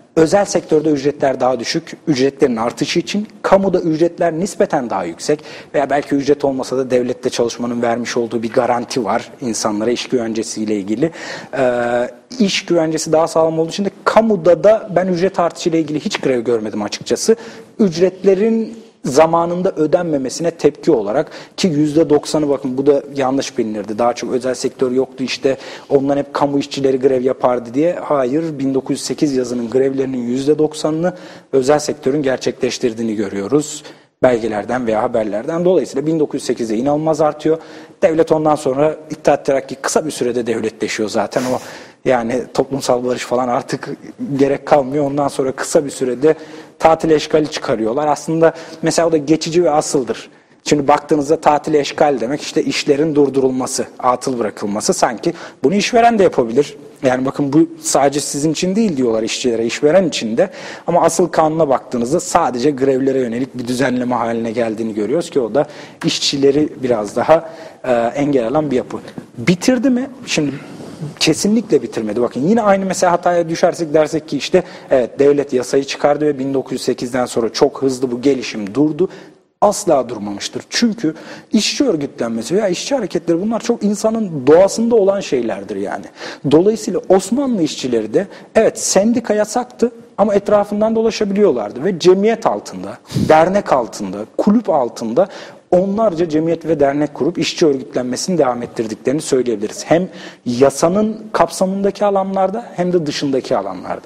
Özel sektörde ücretler daha düşük, ücretlerin artışı için kamuda ücretler nispeten daha yüksek veya belki ücret olmasa da devlette çalışmanın vermiş olduğu bir garanti var insanlara iş güvencesiyle ilgili. Ee, iş güvencesi daha sağlam olduğu için de kamuda da ben ücret artışıyla ilgili hiç grev görmedim açıkçası. Ücretlerin zamanında ödenmemesine tepki olarak ki yüzde doksanı bakın bu da yanlış bilinirdi. Daha çok özel sektör yoktu işte ondan hep kamu işçileri grev yapardı diye. Hayır bin dokuz yüz sekiz yazının grevlerinin yüzde doksanını özel sektörün gerçekleştirdiğini görüyoruz. Belgelerden veya haberlerden. Dolayısıyla bin dokuz yüz sekizde inanılmaz artıyor. Devlet ondan sonra İttihat Terakki kısa bir sürede devletleşiyor zaten. O yani toplumsal barış falan artık gerek kalmıyor. Ondan sonra kısa bir sürede tatil eşkali çıkarıyorlar. Aslında mesela o da geçici ve asıldır. Şimdi baktığınızda tatil eşkal demek işte işlerin durdurulması, atıl bırakılması. Sanki bunu işveren de yapabilir. Yani bakın bu sadece sizin için değil diyorlar işçilere, işveren için de. Ama asıl kanuna baktığınızda sadece grevlere yönelik bir düzenleme haline geldiğini görüyoruz ki o da işçileri biraz daha e, engel alan bir yapı. Bitirdi mi? Şimdi kesinlikle bitirmedi. Bakın yine aynı mesela hataya düşersek dersek ki işte evet devlet yasayı çıkardı ve bin dokuz yüz sekizden sonra çok hızlı bu gelişim durdu. Asla durmamıştır. Çünkü işçi örgütlenmesi veya işçi hareketleri bunlar çok insanın doğasında olan şeylerdir yani. Dolayısıyla Osmanlı işçileri de evet sendika yasaktı ama etrafından dolaşabiliyorlardı ve cemiyet altında, dernek altında, kulüp altında onlarca cemiyet ve dernek kurup işçi örgütlenmesini devam ettirdiklerini söyleyebiliriz. Hem yasanın kapsamındaki alanlarda hem de dışındaki alanlarda.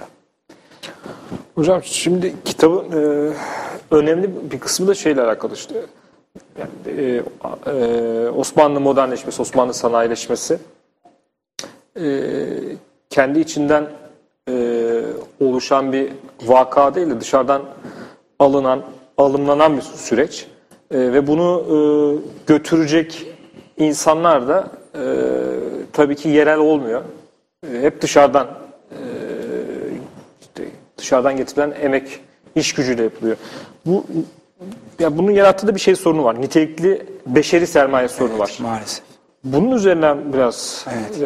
Hocam şimdi kitabın e, önemli bir kısmı da şeyle alakalı işte. Yani, e, e, Osmanlı modernleşmesi, Osmanlı sanayileşmesi e, kendi içinden e, oluşan bir vaka değil de dışarıdan alınan, alımlanan bir süreç. E, ve bunu e, götürecek insanlar da e, tabii ki yerel olmuyor. E, hep dışarıdan e, işte dışarıdan getirilen emek, iş gücüyle yapılıyor. Bu ya bunun yarattığı da bir şey sorunu var. Nitelikli beşeri sermaye sorunu evet, var. Maalesef. Bunun üzerinden biraz evet.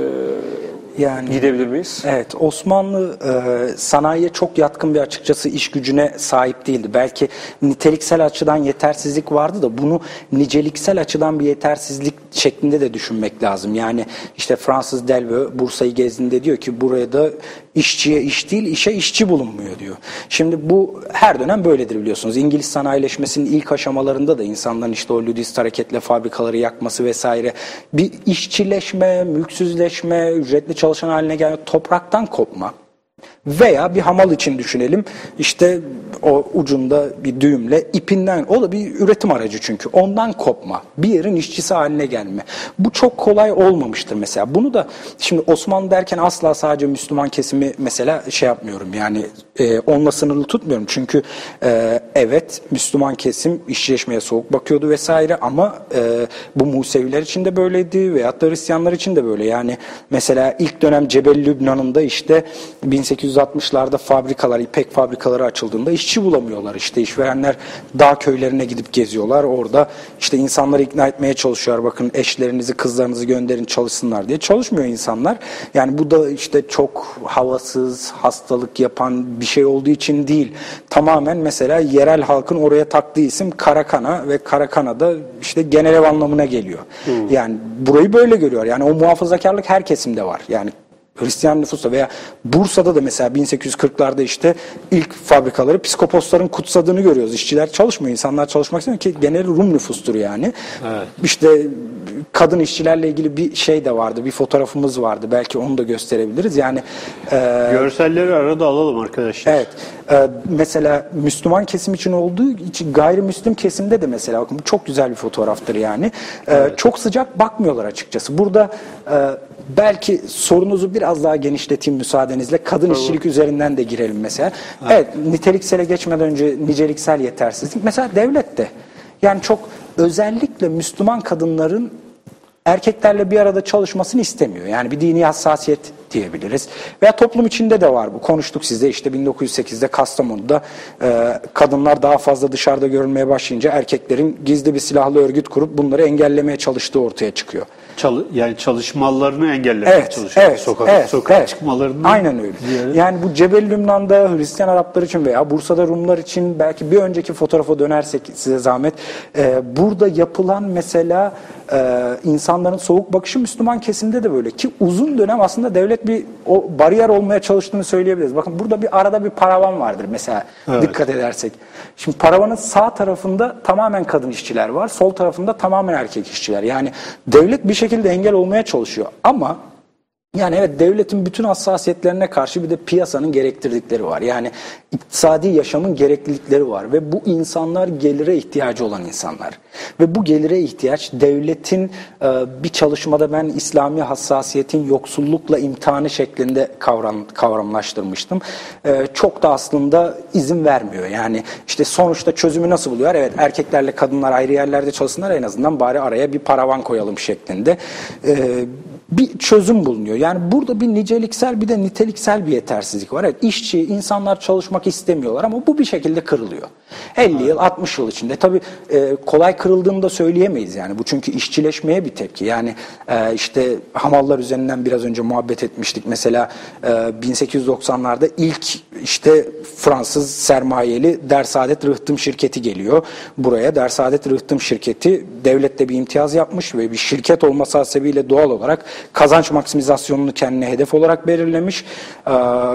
e, yani, gidebilir miyiz? Evet, Osmanlı e, sanayiye çok yatkın bir açıkçası iş gücüne sahip değildi. Belki niteliksel açıdan yetersizlik vardı da bunu niceliksel açıdan bir yetersizlik şeklinde de düşünmek lazım. Yani işte Fransız Delvaux Bursa'yı gezdiğinde diyor ki buraya da işçiye iş değil, işe işçi bulunmuyor diyor. Şimdi bu her dönem böyledir biliyorsunuz. İngiliz sanayileşmesinin ilk aşamalarında da insanların işte o Ludist hareketle fabrikaları yakması vesaire bir işçileşme, mülksüzleşme, ücretli çalışan haline gelme, topraktan kopma veya bir hamal için düşünelim işte o ucunda bir düğümle ipinden, o da bir üretim aracı çünkü ondan kopma, bir yerin işçisi haline gelme. Bu çok kolay olmamıştır mesela. Bunu da şimdi Osmanlı derken asla sadece Müslüman kesimi mesela şey yapmıyorum yani e, onunla sınırlı tutmuyorum çünkü e, evet Müslüman kesim işçileşmeye soğuk bakıyordu vesaire ama e, bu Museviler için de böyleydi veyahut da Hristiyanlar için de böyle yani mesela ilk dönem Cebel Lübnan'ında işte bin sekiz yüz altmışlarda fabrikalar, ipek fabrikaları açıldığında işçi bulamıyorlar. İşte işverenler dağ köylerine gidip geziyorlar. Orada işte insanları ikna etmeye çalışıyorlar. Bakın eşlerinizi, kızlarınızı gönderin çalışsınlar diye. Çalışmıyor insanlar. Yani bu da işte çok havasız, hastalık yapan bir şey olduğu için değil. Tamamen mesela yerel halkın oraya taktığı isim Karakana ve Karakana da işte genel ev anlamına geliyor. Hmm. Yani burayı böyle görüyor. Yani o muhafazakarlık her kesimde var. Yani Hristiyan nüfusta veya Bursa'da da mesela bin sekiz yüz kırklarda işte ilk fabrikaları psikoposların kutsadığını görüyoruz. İşçiler çalışmıyor, insanlar çalışmak istemiyor ki genel Rum nüfustur yani. Evet. İşte kadın işçilerle ilgili bir şey de vardı, bir fotoğrafımız vardı. Belki onu da gösterebiliriz. Yani e, görselleri arada alalım arkadaşlar. Evet. E, mesela Müslüman kesim için olduğu için gayrimüslim kesimde de mesela bakın bu çok güzel bir fotoğraftır yani. E, evet. Çok sıcak bakmıyorlar açıkçası. Burada e, belki sorunuzu biraz daha genişleteyim müsaadenizle. Kadın Tabii. işçilik üzerinden de girelim mesela. Evet. evet, niteliksele geçmeden önce niceliksel yetersizlik. Mesela devlette. Yani çok özellikle Müslüman kadınların erkeklerle bir arada çalışmasını istemiyor. Yani bir dini hassasiyet diyebiliriz. Veya toplum içinde de var bu. Konuştuk sizde işte bin dokuz yüz sekizde Kastamonu'da e, kadınlar daha fazla dışarıda görülmeye başlayınca erkeklerin gizli bir silahlı örgüt kurup bunları engellemeye çalıştığı ortaya çıkıyor. Çalı, yani çalışmalarını engellemeye Evet, çalışıyor. evet, Sokak, evet, sokağa evet. çıkmalarını. Aynen öyle. Diğeri. Yani bu Cebel Lübnan'da Hristiyan Araplar için veya Bursa'da Rumlar için, belki bir önceki fotoğrafa dönersek size zahmet, e, burada yapılan mesela e, insanların soğuk bakışı Müslüman kesimde de böyle ki uzun dönem aslında devlet bir o bariyer olmaya çalıştığını söyleyebiliriz. Bakın burada bir arada bir paravan vardır mesela, Evet. dikkat edersek. Şimdi paravanın sağ tarafında tamamen kadın işçiler var, sol tarafında tamamen erkek işçiler. Yani devlet bir şekilde engel olmaya çalışıyor ama yani evet, devletin bütün hassasiyetlerine karşı bir de piyasanın gerektirdikleri var. Yani iktisadi yaşamın gereklilikleri var ve bu insanlar gelire ihtiyacı olan insanlar. Ve bu gelire ihtiyaç devletin e, bir çalışmada ben İslami hassasiyetin yoksullukla imtihanı şeklinde kavram, kavramlaştırmıştım. E, çok da aslında izin vermiyor. Yani işte sonuçta çözümü nasıl buluyor? Evet, erkeklerle kadınlar ayrı yerlerde çalışsınlar, en azından bari araya bir paravan koyalım şeklinde. E, bir çözüm bulunuyor. Yani burada bir niceliksel bir de niteliksel bir yetersizlik var. Evet, işçi, insanlar çalışmak istemiyorlar ama bu bir şekilde kırılıyor. elli yıl, altmış yıl içinde. Tabii e, kolay kırıldığını da söyleyemeyiz yani. Bu çünkü işçileşmeye bir tepki. Yani e, işte hamallar üzerinden biraz önce muhabbet etmiştik. Mesela e, bin sekiz yüz doksanlarda ilk işte Fransız sermayeli Dersaadet Rıhtım şirketi geliyor. Buraya Dersaadet Rıhtım şirketi devletle bir imtiyaz yapmış ve bir şirket olması hasebiyle doğal olarak kazanç maksimizasyonunu kendine hedef olarak belirlemiş ee,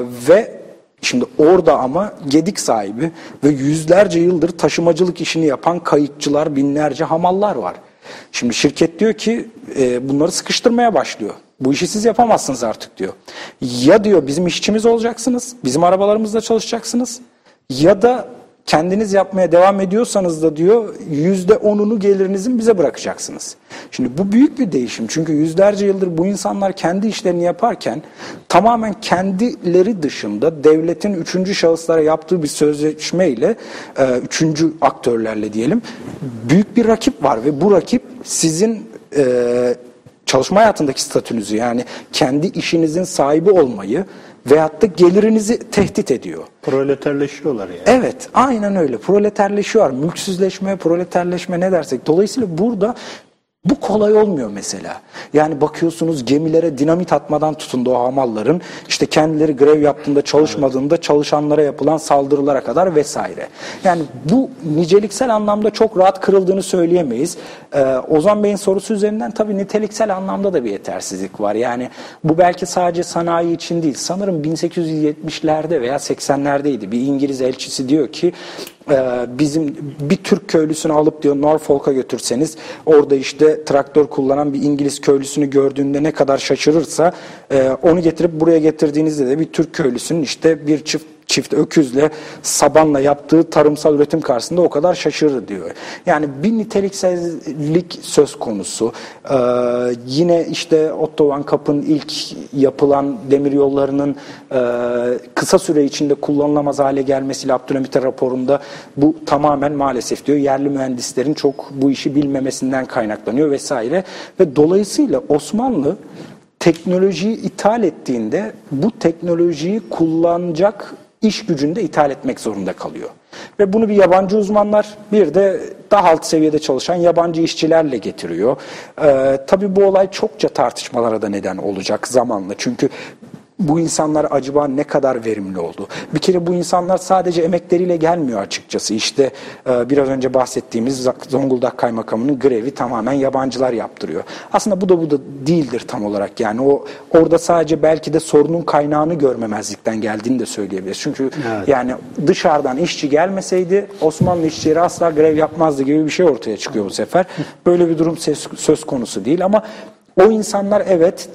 ve şimdi orada ama gedik sahibi ve yüzlerce yıldır taşımacılık işini yapan kayıkçılar, binlerce hamallar var. Şimdi şirket diyor ki e, bunları sıkıştırmaya başlıyor. Bu işi siz yapamazsınız artık diyor. Ya diyor bizim işçimiz olacaksınız, bizim arabalarımızda çalışacaksınız ya da kendiniz yapmaya devam ediyorsanız da diyor yüzde onunu gelirinizin bize bırakacaksınız. Şimdi bu büyük bir değişim. Çünkü yüzlerce yıldır bu insanlar kendi işlerini yaparken tamamen kendileri dışında devletin üçüncü şahıslara yaptığı bir sözleşmeyle, üçüncü aktörlerle diyelim, büyük bir rakip var ve bu rakip sizin e, çalışma hayatındaki statünüzü, yani kendi işinizin sahibi olmayı veyahut da gelirinizi tehdit ediyor. Proleterleşiyorlar yani. Evet, aynen öyle. Proleterleşiyor. Mülksüzleşme, proleterleşme ne dersek. Dolayısıyla burada bu kolay olmuyor mesela. Yani bakıyorsunuz gemilere dinamit atmadan tutun da o hamalların, işte kendileri grev yaptığında, çalışmadığında çalışanlara yapılan saldırılara kadar vesaire. Yani bu niceliksel anlamda çok rahat kırıldığını söyleyemeyiz. Ee, Ozan Bey'in sorusu üzerinden tabii niteliksel anlamda da bir yetersizlik var. Yani bu belki sadece sanayi için değil. Sanırım bin sekiz yüz yetmişlerde veya seksenlerdeydi. Bir İngiliz elçisi diyor ki bizim bir Türk köylüsünü alıp diyor Norfolk'a götürseniz orada işte traktör kullanan bir İngiliz köylüsünü gördüğünde ne kadar şaşırırsa onu getirip buraya getirdiğinizde de bir Türk köylüsünün işte bir çift çift öküzle, sabanla yaptığı tarımsal üretim karşısında o kadar şaşırır diyor. Yani bir niteliksellik söz konusu. Ee, yine işte Otto van Kapp'ın ilk yapılan demiryollarının e, kısa süre içinde kullanılamaz hale gelmesiyle Abdülhamit'e raporunda bu tamamen maalesef diyor yerli mühendislerin çok bu işi bilmemesinden kaynaklanıyor vesaire. Ve dolayısıyla Osmanlı teknolojiyi ithal ettiğinde bu teknolojiyi kullanacak iş gücünü de ithal etmek zorunda kalıyor. Ve bunu bir yabancı uzmanlar, bir de daha alt seviyede çalışan yabancı işçilerle getiriyor. Ee, tabii bu olay çokça tartışmalara da neden olacak zamanla. Çünkü bu insanlar acaba ne kadar verimli oldu? Bir kere bu insanlar sadece emekleriyle gelmiyor açıkçası. İşte e, biraz önce bahsettiğimiz Zonguldak Kaymakamı'nın grevi tamamen yabancılar yaptırıyor. Aslında bu da bu da değildir tam olarak. Yani o orada sadece belki de sorunun kaynağını görmemezlikten geldiğini de söyleyebiliriz. Çünkü evet, yani dışarıdan işçi gelmeseydi Osmanlı işçileri asla grev yapmazdı gibi bir şey ortaya çıkıyor bu sefer. Böyle bir durum söz, söz konusu değil ama o insanlar evet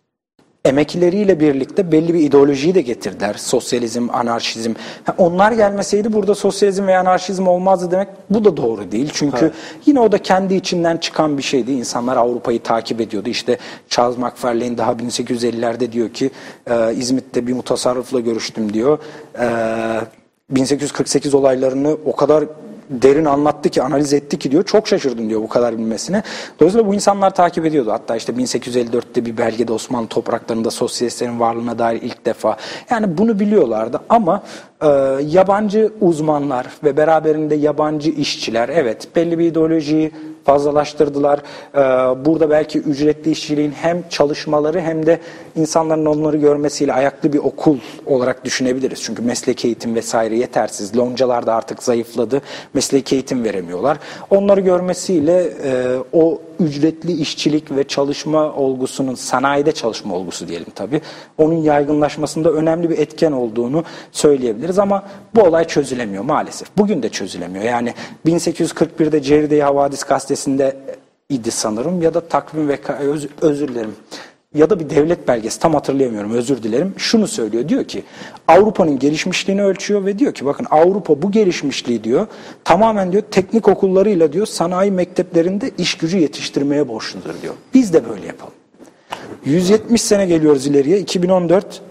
emekleriyle birlikte belli bir ideolojiyi de getirdiler. Sosyalizm, anarşizm. Onlar gelmeseydi burada sosyalizm ve anarşizm olmazdı demek bu da doğru değil. Çünkü evet, yine o da kendi içinden çıkan bir şeydi. İnsanlar Avrupa'yı takip ediyordu. İşte Charles McFarlane daha bin sekiz yüz ellilerde diyor ki e, İzmit'te bir mutasarrıfla görüştüm diyor. E, bin sekiz yüz kırk sekiz olaylarını o kadar derin anlattı ki, analiz etti ki diyor. Çok şaşırdım diyor bu kadar bilmesine. Dolayısıyla bu insanlar takip ediyordu. Hatta işte bin sekiz yüz elli dörtte bir belgede Osmanlı topraklarında sosyalistlerin varlığına dair ilk defa. Yani bunu biliyorlardı ama Ee, yabancı uzmanlar ve beraberinde yabancı işçiler, evet, belli bir ideolojiyi fazlalaştırdılar. Ee, burada belki ücretli işçiliğin hem çalışmaları hem de insanların onları görmesiyle ayaklı bir okul olarak düşünebiliriz. Çünkü mesleki eğitim vesaire yetersiz. Loncalar da artık zayıfladı. Mesleki eğitim veremiyorlar. Onları görmesiyle e, o ücretli işçilik ve çalışma olgusunun, sanayide çalışma olgusu diyelim tabii, onun yaygınlaşmasında önemli bir etken olduğunu söyleyebiliriz ama bu olay çözülemiyor maalesef. Bugün de çözülemiyor. Yani bin sekiz yüz kırk birde Ceride-i Havadis gazetesinde idi sanırım ya da takvim ve öz, özür dilerim. Ya da bir devlet belgesi, tam hatırlayamıyorum, özür dilerim. Şunu söylüyor, diyor ki Avrupa'nın gelişmişliğini ölçüyor ve diyor ki bakın Avrupa bu gelişmişliği diyor tamamen diyor teknik okullarıyla diyor sanayi mekteplerinde iş gücü yetiştirmeye borçludur diyor. Biz de böyle yapalım. yüz yetmiş sene geliyoruz ileriye, iki bin on dört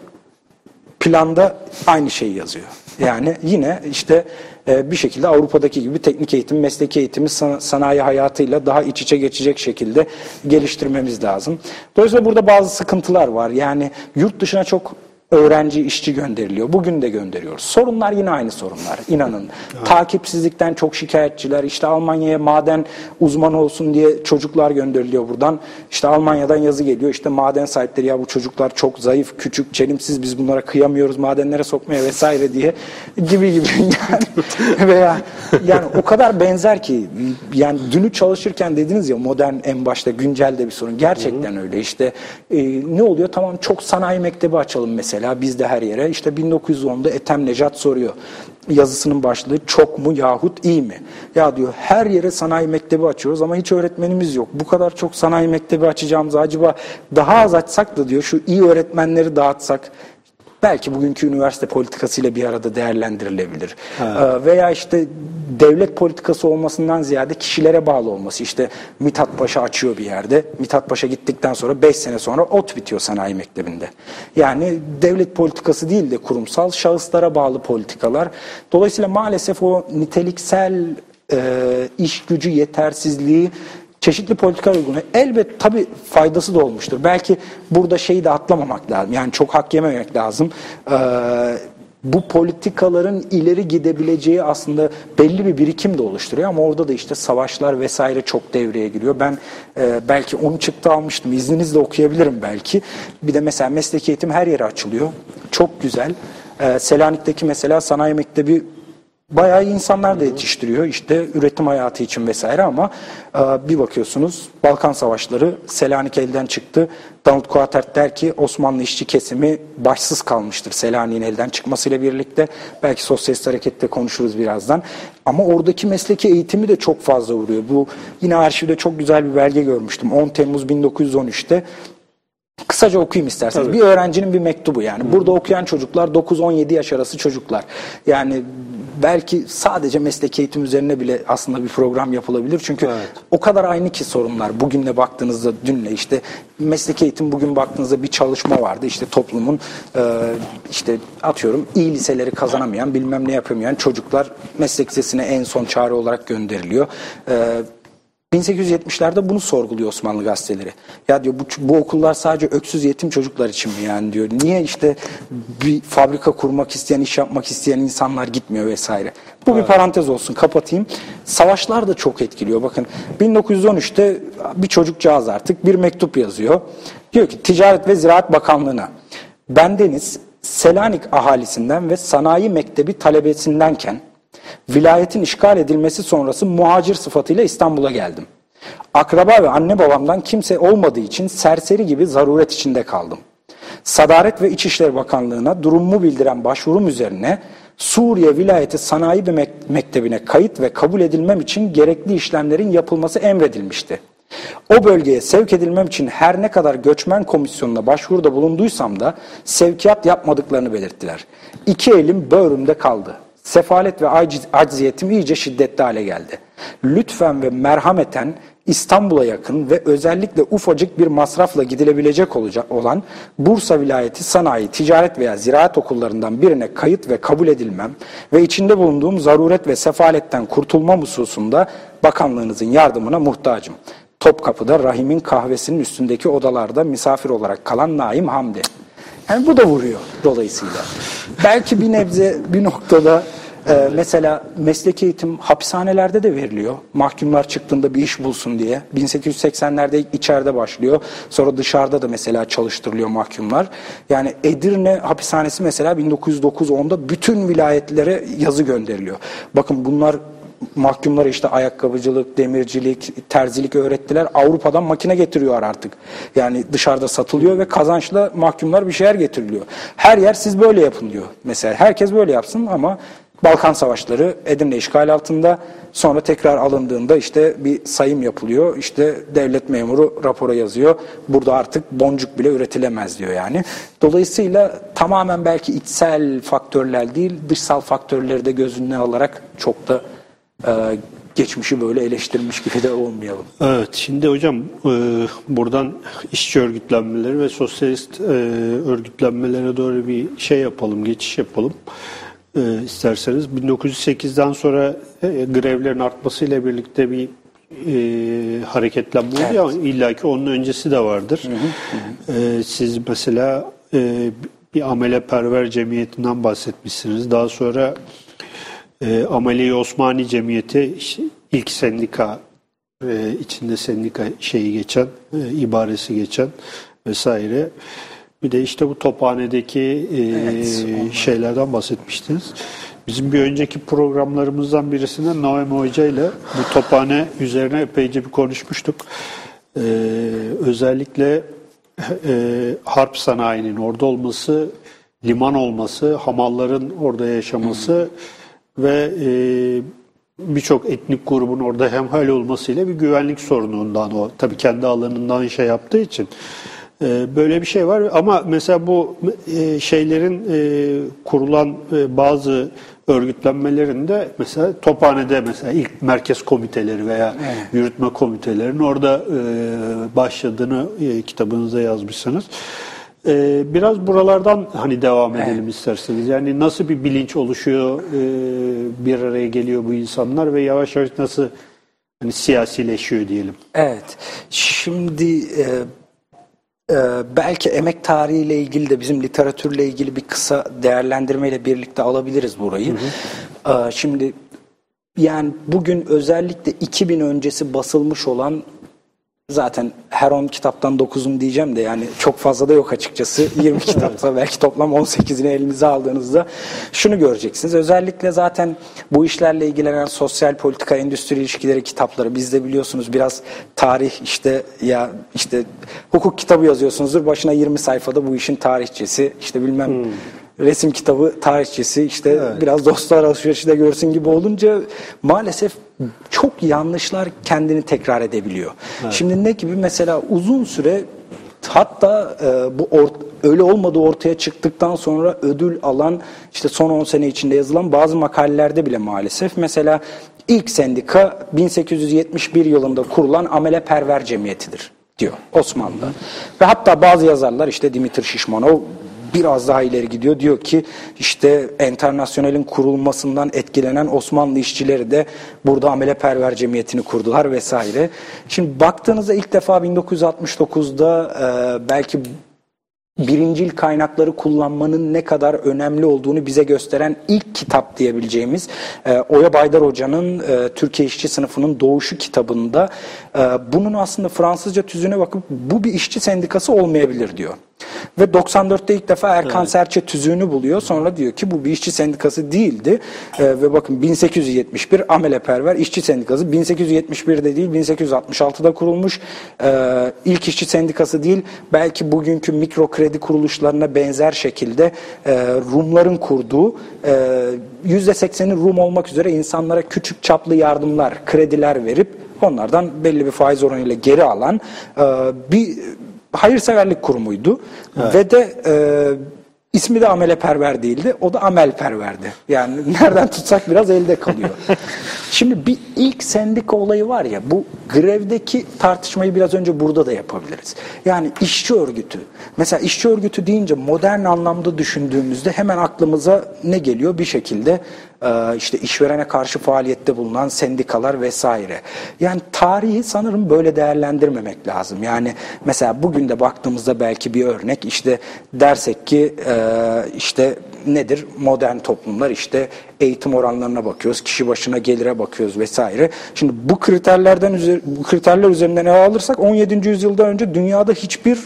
planda aynı şeyi yazıyor. Yani yine işte bir şekilde Avrupa'daki gibi teknik eğitim, mesleki eğitimi sanayi hayatıyla daha iç içe geçecek şekilde geliştirmemiz lazım. Dolayısıyla burada bazı sıkıntılar var. Yani yurt dışına çok öğrenci, işçi gönderiliyor. Bugün de gönderiyoruz. Sorunlar yine aynı sorunlar. İnanın. Evet. Takipsizlikten çok şikayetçiler. İşte Almanya'ya maden uzmanı olsun diye çocuklar gönderiliyor buradan. İşte Almanya'dan yazı geliyor. İşte maden sahipleri ya bu çocuklar çok zayıf, küçük, çelimsiz, biz bunlara kıyamıyoruz madenlere sokmaya vesaire diye gibi gibi. Yani veya yani o kadar benzer ki yani dünü çalışırken dediniz ya modern en başta güncel de bir sorun. Gerçekten hı hı. öyle. İşte e, ne oluyor? Tamam çok sanayi mektebi açalım mesela. Bizde her yere. İşte bin dokuz yüz onda Ethem Necat soruyor. Yazısının başlığı çok mu yahut iyi mi? Ya diyor her yere sanayi mektebi açıyoruz ama hiç öğretmenimiz yok. Bu kadar çok sanayi mektebi açacağımızı acaba daha az açsak da diyor şu iyi öğretmenleri dağıtsak belki bugünkü üniversite politikasıyla bir arada değerlendirilebilir. Evet. Veya işte devlet politikası olmasından ziyade kişilere bağlı olması. İşte Mithat Paşa açıyor bir yerde. Mithat Paşa gittikten sonra beş sene sonra ot bitiyor sanayi mektebinde. Yani devlet politikası değil de kurumsal şahıslara bağlı politikalar. Dolayısıyla maalesef o niteliksel e, iş gücü yetersizliği çeşitli politika uyguluyor. Elbet tabii faydası da olmuştur. Belki burada şeyi de atlamamak lazım. Yani çok hak yememek lazım. Ee, bu politikaların ileri gidebileceği aslında belli bir birikim de oluşturuyor ama orada da işte savaşlar vesaire çok devreye giriyor. Ben e, belki onu çıktı almıştım. İzninizle okuyabilirim belki. Bir de mesela mesleki eğitim her yere açılıyor. Çok güzel. Ee, Selanik'teki mesela sanayi mektebi bayağı iyi insanlar da yetiştiriyor işte üretim hayatı için vesaire ama e, bir bakıyorsunuz Balkan Savaşları, Selanik elden çıktı. Donald Quatert der ki Osmanlı işçi kesimi başsız kalmıştır Selanik'in elden çıkmasıyla birlikte. Belki sosyalist harekette konuşuruz birazdan. Ama oradaki mesleki eğitimi de çok fazla vuruyor. Bu yine arşivde çok güzel bir belge görmüştüm. on Temmuz bin dokuz yüz on üçte. Kısaca okuyayım isterseniz. Tabii. Bir öğrencinin bir mektubu yani. Hı. Burada okuyan çocuklar dokuz on yedi yaş arası çocuklar. Yani belki sadece mesleki eğitim üzerine bile aslında bir program yapılabilir. Çünkü evet. o kadar aynı ki sorunlar. Bugünle baktığınızda dünle işte mesleki eğitim bugün baktığınızda bir çalışma vardı. İşte toplumun e, işte atıyorum iyi liseleri kazanamayan bilmem ne yapamayan çocuklar meslek lisesine en son çare olarak gönderiliyor. E, bin sekiz yüz yetmişlerde bunu sorguluyor Osmanlı gazeteleri. Ya diyor bu, bu okullar sadece öksüz yetim çocuklar için mi yani diyor. Niye işte bir fabrika kurmak isteyen, iş yapmak isteyen insanlar gitmiyor vesaire. Bu evet. bir parantez olsun, kapatayım. Savaşlar da çok etkiliyor. Bakın bin dokuz yüz on üçte bir çocukcağız artık bir mektup yazıyor. Diyor ki Ticaret ve Ziraat Bakanlığı'na bendeniz Selanik ahalisinden ve sanayi mektebi talebesindenken vilayetin işgal edilmesi sonrası muhacir sıfatıyla İstanbul'a geldim. Akraba ve anne babamdan kimse olmadığı için serseri gibi zaruret içinde kaldım. Sadaret ve İçişleri Bakanlığı'na durumumu bildiren başvurum üzerine Suriye Vilayeti Sanayi Mektebi'ne kayıt ve kabul edilmem için gerekli işlemlerin yapılması emredilmişti. O bölgeye sevk edilmem için her ne kadar göçmen komisyonuna başvuruda bulunduysam da sevkiyat yapmadıklarını belirttiler. İki elim böğrümde kaldı. Sefalet ve aciz, acziyetim iyice şiddetli hale geldi. Lütfen ve merhameten İstanbul'a yakın ve özellikle ufacık bir masrafla gidilebilecek olacak olan Bursa Vilayeti Sanayi, Ticaret veya Ziraat okullarından birine kayıt ve kabul edilmem ve içinde bulunduğum zaruret ve sefaletten kurtulmam hususunda bakanlığınızın yardımına muhtacım. Topkapı'da Rahim'in kahvesinin üstündeki odalarda misafir olarak kalan Naim Hamdi. Yani bu da vuruyor dolayısıyla. Belki bir nebze bir noktada e, mesela mesleki eğitim hapishanelerde de veriliyor. Mahkumlar çıktığında bir iş bulsun diye. bin sekiz yüz seksenlerde içeride başlıyor. Sonra dışarıda da mesela çalıştırılıyor mahkumlar. Yani Edirne hapishanesi mesela bin dokuz yüz dokuz onda bütün vilayetlere yazı gönderiliyor. Bakın bunlar mahkumlara işte ayakkabıcılık, demircilik, terzilik öğrettiler. Avrupa'dan makine getiriyor artık. Yani dışarıda satılıyor ve kazançla mahkumlar bir şeyler getiriliyor. Her yer siz böyle yapın diyor. Mesela herkes böyle yapsın ama Balkan Savaşları Edirne işgal altında, sonra tekrar alındığında işte bir sayım yapılıyor. İşte devlet memuru rapora yazıyor. Burada artık boncuk bile üretilemez diyor yani. Dolayısıyla tamamen belki içsel faktörler değil, dışsal faktörleri de göz önüne alarak çok da e, geçmişi böyle eleştirmiş gibi de olmayalım. Evet, şimdi hocam e, buradan işçi örgütlenmeleri ve sosyalist e, örgütlenmelere doğru bir şey yapalım, geçiş yapalım. E, isterseniz bin dokuz yüz sekizden sonra e, grevlerin artmasıyla birlikte bir e, hareketlenme oluyor, evet. Ama illaki onun öncesi de vardır. Hı hı hı. E, siz mesela e, bir ameleperver cemiyetinden bahsetmişsiniz. Daha sonra e, Ameli Osmani Cemiyeti işte, ilk sendika e, içinde sendika şeyi geçen, e, ibaresi geçen vesaire. Bir de işte bu Tophane'deki e, evet, şeylerden bahsetmiştiniz. Bizim bir önceki programlarımızdan birisinde Naim Hoca ile bu Tophane üzerine epeyce bir konuşmuştuk. E, özellikle e, harp sanayinin orada olması, liman olması, hamalların orada yaşaması hmm. ve e, birçok etnik grubun orada hemhal olmasıyla bir güvenlik sorunundan, o tabii kendi alanından şey yaptığı için böyle bir şey var. Ama mesela bu şeylerin kurulan bazı örgütlenmelerinde mesela Tophane'de mesela ilk merkez komiteleri veya evet. yürütme komitelerinin orada başladığını kitabınızda yazmışsınız. Biraz buralardan hani devam edelim evet. isterseniz. Yani nasıl bir bilinç oluşuyor, bir araya geliyor bu insanlar ve yavaş yavaş nasıl hani siyasileşiyor diyelim. Evet. Şimdi e, e, belki emek tarihiyle ilgili de bizim literatürle ilgili bir kısa değerlendirmeyle birlikte alabiliriz burayı. Hı hı. E, şimdi yani bugün özellikle iki bin öncesi basılmış olan, zaten her on kitaptan dokuzun diyeceğim de yani çok fazla da yok açıkçası. yirmi kitapsa belki toplam on sekizini elinize aldığınızda şunu göreceksiniz. Özellikle zaten bu işlerle ilgilenen sosyal politika, endüstri ilişkileri kitapları, bizde biliyorsunuz biraz tarih işte ya işte hukuk kitabı yazıyorsunuzdur. Başına yirmi sayfada bu işin tarihçesi, işte bilmem hmm. resim kitabı tarihçesi, işte evet. biraz dostlar alışverişi de görsün gibi olunca maalesef çok yanlışlar kendini tekrar edebiliyor. Evet. Şimdi ne gibi? Mesela uzun süre, hatta e, bu or, öyle olmadığı ortaya çıktıktan sonra ödül alan, işte son on sene içinde yazılan bazı makalelerde bile maalesef mesela ilk sendika bin sekiz yüz yetmiş bir yılında kurulan Ameleperver Cemiyeti'dir diyor Osmanlı'da. Hı. Ve hatta bazı yazarlar, işte Dimitri Şişmanov biraz daha ileri gidiyor. Diyor ki işte Enternasyonel'in kurulmasından etkilenen Osmanlı işçileri de burada Ameleperver Cemiyeti'ni kurdular vesaire. Şimdi baktığınızda ilk defa bin dokuz yüz altmış dokuzda e, belki birincil kaynakları kullanmanın ne kadar önemli olduğunu bize gösteren ilk kitap diyebileceğimiz e, Oya Baydar Hoca'nın e, Türkiye İşçi Sınıfı'nın Doğuşu kitabında e, bunun aslında Fransızca tüzüğüne bakıp bu bir işçi sendikası olmayabilir diyor. Ve doksan dörtte ilk defa Erkan evet. Serçe tüzüğünü buluyor. Sonra diyor ki bu bir işçi sendikası değildi. Ee, ve bakın bin sekiz yüz yetmiş bir Ameleperver İşçi Sendikası. bin sekiz yüz yetmiş birde değil bin sekiz yüz altmış altıda kurulmuş. Ee, ilk işçi sendikası değil. Belki bugünkü mikro kredi kuruluşlarına benzer şekilde e, Rumların kurduğu, e, yüzde sekseni Rum olmak üzere insanlara küçük çaplı yardımlar, krediler verip onlardan belli bir faiz oranıyla geri alan e, bir hayırseverlik kurumuydu. Evet. Ve de e, İsmi de ameleperver değildi. O da amelperverdi. Yani nereden tutsak biraz elde kalıyor. Şimdi bir ilk sendika olayı var ya, bu grevdeki tartışmayı biraz önce burada da yapabiliriz. Yani işçi örgütü. Mesela işçi örgütü deyince modern anlamda düşündüğümüzde hemen aklımıza ne geliyor? Bir şekilde işte işverene karşı faaliyette bulunan sendikalar vesaire. Yani tarihi sanırım böyle değerlendirmemek lazım. Yani mesela bugün de baktığımızda belki bir örnek, işte dersek ki işte nedir? Modern toplumlar, işte eğitim oranlarına bakıyoruz, kişi başına gelire bakıyoruz vesaire. Şimdi bu kriterlerden bu kriterler üzerinden ele alırsak on yedinci yüzyıldan önce dünyada hiçbir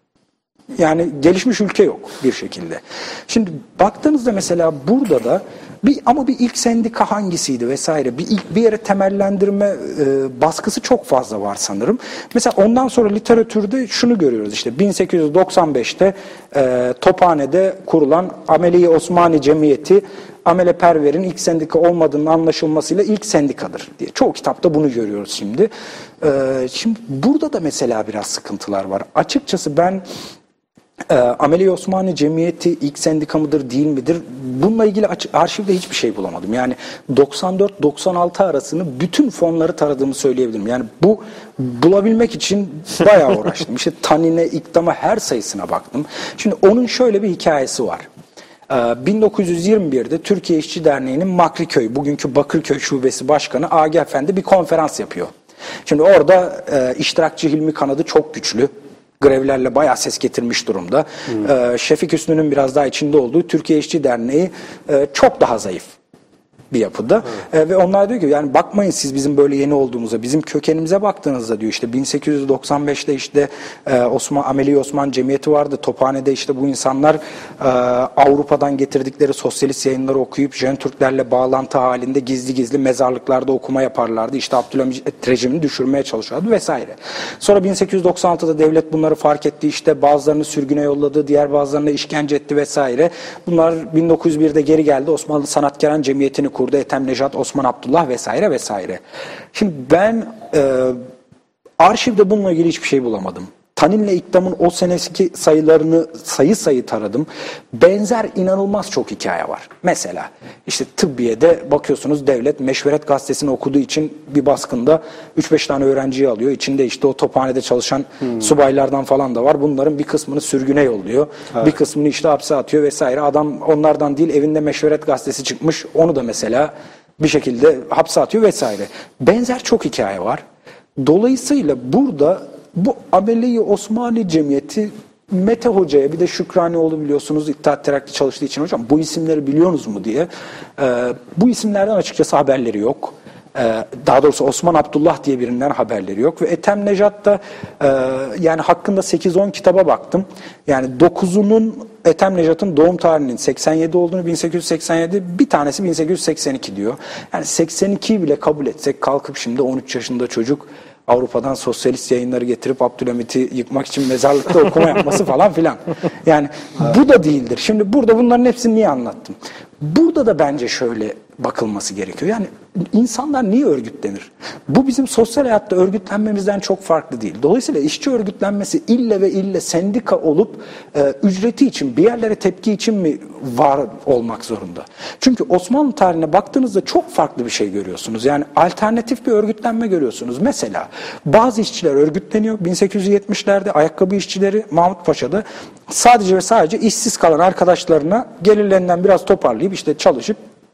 yani gelişmiş ülke yok bir şekilde. Şimdi baktığınızda mesela burada da bir ama bir ilk sendika hangisiydi vesaire, bir ilk bir yere temellendirme e, baskısı çok fazla var sanırım. Mesela ondan sonra literatürde şunu görüyoruz, işte bin sekiz yüz doksan beşte e, Tophane'de kurulan Ameli Osmani Cemiyeti, ameleperverin ilk sendika olmadığının anlaşılmasıyla ilk sendikadır diye. Çoğu kitapta bunu görüyoruz şimdi. E, şimdi burada da mesela biraz sıkıntılar var. Açıkçası ben E, Ameli Osmani Cemiyeti ilk sendika mıdır değil midir? Bununla ilgili arşivde hiçbir şey bulamadım. Yani doksan dört doksan altı arasını bütün fonları taradığımı söyleyebilirim. Yani bu bulabilmek için bayağı uğraştım. İşte Tanin'e, İkdam'a, her sayısına baktım. Şimdi onun şöyle bir hikayesi var. E, bin dokuz yüz yirmi birde Türkiye İşçi Derneği'nin Makriköy, bugünkü Bakırköy Şubesi Başkanı Agah Efendi bir konferans yapıyor. Şimdi orada e, iştirakçı Hilmi kanadı çok güçlü. Grevlerle bayağı ses getirmiş durumda. Hmm. Ee, Şefik Hüsnü'nün biraz daha içinde olduğu Türkiye İşçi Derneği e, çok daha zayıf bir yapıda. Hmm. E, ve onlar diyor ki yani bakmayın siz bizim böyle yeni olduğumuza, bizim kökenimize baktığınızda diyor, işte bin sekiz yüz doksan beşte işte e, Osman Ameli Osman Cemiyeti vardı. Tophane'de işte bu insanlar e, Avrupa'dan getirdikleri sosyalist yayınları okuyup Jön Türklerle bağlantı halinde gizli gizli mezarlıklarda okuma yaparlardı. İşte Abdülhamit rejimini düşürmeye çalışıyordu vesaire. Sonra bin sekiz yüz doksan altıda devlet bunları fark etti. İşte bazılarını sürgüne yolladı, diğer bazılarını işkence etti vesaire. Bunlar bin dokuz yüz birde geri geldi. Osmanlı Sanatkarhan Cemiyeti'ni kurdu. Ethem Nejat, Osman Abdullah vesaire vesaire. Şimdi ben e, arşivde bununla ilgili hiçbir şey bulamadım. Tanin'le İkdam'ın o seneki sayılarını sayı sayı taradım. Benzer inanılmaz çok hikaye var. Mesela işte tıbbiyede bakıyorsunuz, devlet Meşveret gazetesini okuduğu için bir baskında üç beş tane öğrenciyi alıyor. İçinde işte o Tophane'de çalışan hmm. subaylardan falan da var. Bunların bir kısmını sürgüne yolluyor. Evet. Bir kısmını işte hapse atıyor vesaire. Adam onlardan değil, evinde Meşveret gazetesi çıkmış. Onu da mesela bir şekilde hapse atıyor vesaire. Benzer çok hikaye var. Dolayısıyla burada bu Ameli Osmani Cemiyeti, Mete Hoca'ya, bir de Şükranioğlu biliyorsunuz İttihat Terakki çalıştığı için, hocam bu isimleri biliyorsunuz mu diye. Ee, bu isimlerden açıkçası haberleri yok. Ee, daha doğrusu Osman Abdullah diye birinden haberleri yok. Ve Ethem Nejat da e, yani hakkında sekiz on kitaba baktım. Yani dokuzunun Ethem Nejat'ın doğum tarihinin seksen yedi olduğunu, bin sekiz yüz seksen yedi, bir tanesi bin sekiz yüz seksen iki diyor. Yani seksen ikiyi bile kabul etsek, kalkıp şimdi on üç yaşında çocuk Avrupa'dan sosyalist yayınları getirip Abdülhamit'i yıkmak için mezarlıkta okuma yapması falan filan. Yani bu da değildir. Şimdi burada bunların hepsini niye anlattım? Burada da bence şöyle bakılması gerekiyor. Yani insanlar niye örgütlenir? Bu bizim sosyal hayatta örgütlenmemizden çok farklı değil. Dolayısıyla işçi örgütlenmesi ille ve ille sendika olup e, ücreti için, bir yerlere tepki için mi var olmak zorunda? Çünkü Osmanlı tarihine baktığınızda çok farklı bir şey görüyorsunuz. Yani alternatif bir örgütlenme görüyorsunuz. Mesela bazı işçiler örgütleniyor. bin sekiz yüz yetmişlerde ayakkabı işçileri Mahmut Paşa'da sadece ve sadece işsiz kalan arkadaşlarına gelirlerinden biraz toparlayıp işte çalışıp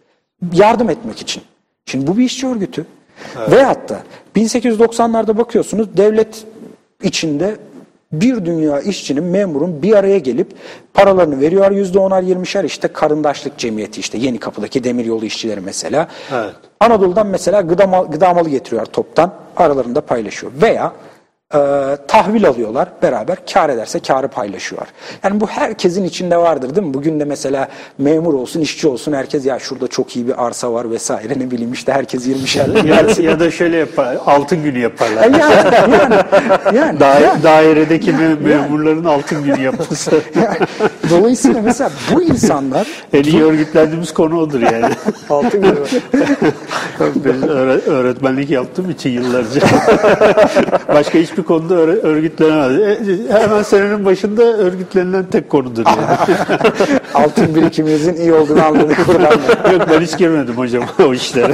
yardım etmek için. Şimdi bu bir işçi örgütü. Evet. Veyahut da bin sekiz yüz doksanlarda bakıyorsunuz, devlet içinde bir dünya işçinin, memurun bir araya gelip paralarını veriyor. yüzde onar yirmişer işte Karındaşlık Cemiyeti, işte Yenikapı'daki demiryolu işçileri mesela. Evet. Anadolu'dan mesela gıda, mal, gıda malı getiriyor toptan. Aralarında paylaşıyor. Veya e, tahvil alıyorlar beraber. Kar ederse karı paylaşıyorlar. Yani bu herkesin içinde vardır değil mi? Bugün de mesela memur olsun, işçi olsun, herkes ya şurada çok iyi bir arsa var vesaire, ne bileyim işte herkes yirmişer. ya, ya da şöyle yapar, altın günü yaparlar. Yani, yani, yani, da yani, dairedeki yani, memurların yani. altın günü yapması. Yani, dolayısıyla mesela bu insanlar... En iyi örgütlendiğimiz konu odur yani. Altın günü. Ben öğretmenlik yaptığım için yıllarca. Başka hiçbir hiçbir konuda örgütlenemez. Hemen senenin başında örgütlenilen tek konudur yani. Altın birikimimizin iyi olduğunu anladık buradan. Yok, ben hiç girmedim hocam o işlere.